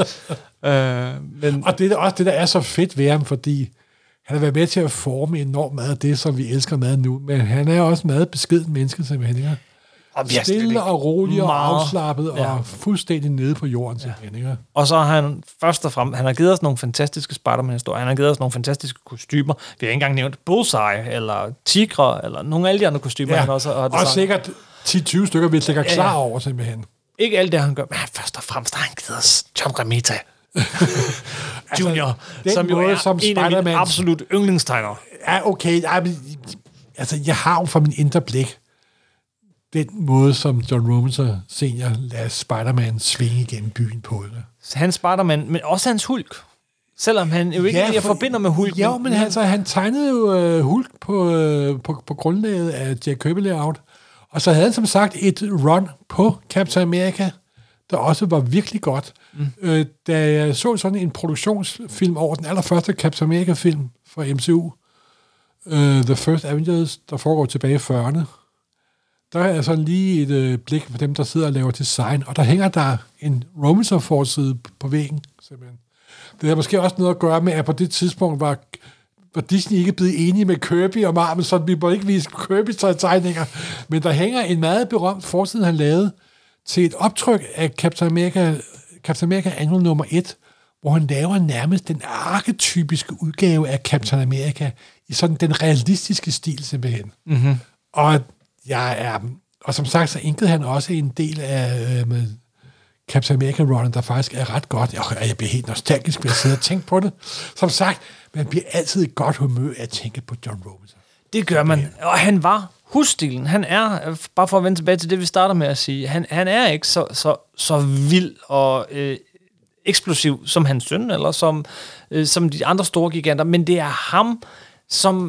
øh, men... Og det er også det, der er så fedt ved ham, fordi han har været med til at forme enormt meget af det, som vi elsker mad nu. Men han er også meget beskeden menneske, simpelthen, ikke? Stille og rolig og afslappet ja. og fuldstændig nede på jorden. Ja. Og så har han først og fremmest, han har givet os nogle fantastiske Spider-Man-historier, han har givet os nogle fantastiske kostymer. Vi har ikke engang nævnt Bullseye, eller Tigre, eller nogle af alle de andre kostymer, ja. han også har designet. Og sikkert ti til tyve stykker, vi er sikkert klar ja. over, simpelthen. Ikke alt det, han gør, men først og fremmest har han givet os John Romita Junior, altså, som jo måde, er som en af mine absolut yndlingstegnere. Ja, okay. Altså, jeg har jo fra min indre blik den måde, som John Romita senior lader Spider-Man svinge igennem byen på det. Hans Spider-Man, men også hans Hulk. Selvom han jo ikke ja, for, jeg forbinder med Hulk. Jo, men altså, han tegnede jo uh, Hulk på, uh, på, på grundlaget af Jack Kirby layout. Og så havde han som sagt et run på Captain America, der også var virkelig godt. Mm. Uh, da jeg så sådan en produktionsfilm over den allerførste Captain America-film fra M C U, uh, The First Avengers, der foregår tilbage i fyrrerne, der er sådan lige et øh, blik for dem, der sidder og laver design, og der hænger der en Romita-forside på væggen, simpelthen. Det har måske også noget at gøre med, at på det tidspunkt var, var Disney ikke blevet enige med Kirby og Marvel, så vi må ikke vise Kirby-tegninger, men der hænger en meget berømt forside, han lavede til et optryk af Captain America, Captain America Annual nummer et, hvor han laver nærmest den arketypiske udgave af Captain America i sådan den realistiske stil, simpelthen. Mm-hmm. Og jeg er, og som sagt, så inkede han også en del af øh, med Captain America-runnen, der faktisk er ret godt. Jeg, jeg bliver helt nostalgisk ved at sidde og tænke på det. Som sagt, man bliver altid i godt humør af at tænke på John Romita. Det gør man. Og han var husstilen. Han er, bare for at vende tilbage til det, vi starter med at sige, han, han er ikke så, så, så vild og øh, eksplosiv som hans søn, eller som, øh, som de andre store giganter, men det er ham, som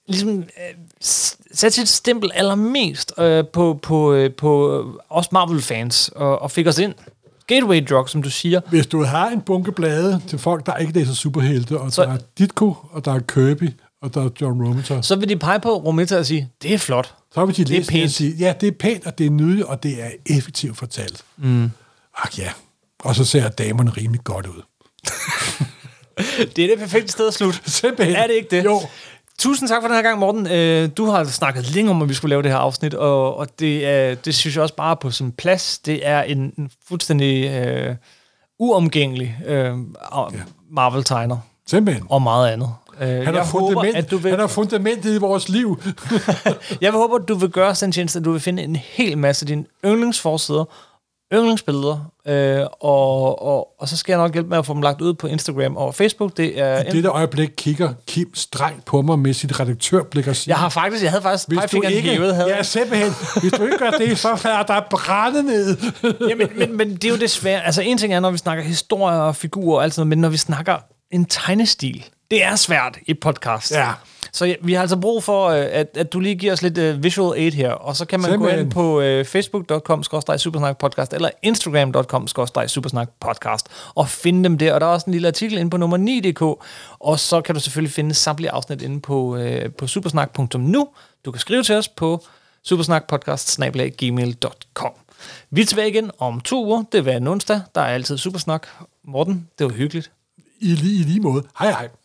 ligesom øh, satte sit stempel allermest øh, på, på, øh, på os Marvel-fans, og, og fik os ind. Gateway drug, som du siger. Hvis du har en bunke blade til folk, der ikke læser superhelte, og så, der er Ditko, og der er Kirby, og der er John Romita, så vil de pege på Romita og sige, det er flot. Så vil de det læse det og sige, ja, det er pænt, og det er nydeligt, og det er effektivt fortalt. Mm. Ach ja. Og så ser damerne rimelig godt ud. Det er det perfekte sted at slutte. Simpelthen. Er det ikke det? Jo. Tusind tak for den her gang, Morten. Øh, du har snakket længe om, at vi skulle lave det her afsnit, og, og det, er, det synes jeg også bare på sin plads. Det er en, en fuldstændig øh, uomgængelig øh, Marvel-tegner. Simpelthen. Og meget andet. Øh, Han jeg er, fundament, håber, at du vil, han er fundamentet i vores liv. jeg håber, at du vil gøre os den tjeneste, at du vil finde en hel masse af dine yndlingsforsider, yndlingsbilleder, øh, og, og, og så skal jeg nok hjælpe med at få dem lagt ud på Instagram og Facebook. Det er I dette øjeblik kigger Kim strengt på mig med sit redaktørblik og siger, jeg har faktisk, jeg havde faktisk hvis du ikke, hævet, havde. Ja, simpelthen. Hvis du ikke gør det, så falder der brænde ned. ja, men, men, men det er jo det svære. Altså, en ting er, når vi snakker historier og figurer og alt sådan noget, men når vi snakker en tegnestil, det er svært i podcast. Ja. Så ja, vi har altså brug for, at, at du lige giver os lidt uh, visual aid her, og så kan man Simpelthen. gå ind på uh, facebook punktum com skråstreg supersnak podcast eller instagram punktum com skråstreg supersnak podcast og finde dem der. Og der er også en lille artikel inde på nummer ni punktum d k, og så kan du selvfølgelig finde samtlige afsnit inde på, uh, på supersnak punktum nu. Du kan skrive til os på supersnakpodcast snabel-a gmail punktum com. Vi er tilbage igen om to uger. Det vil være en onsdag. Der er altid supersnak. Morten, det var hyggeligt. I lige, i lige måde. Hej hej.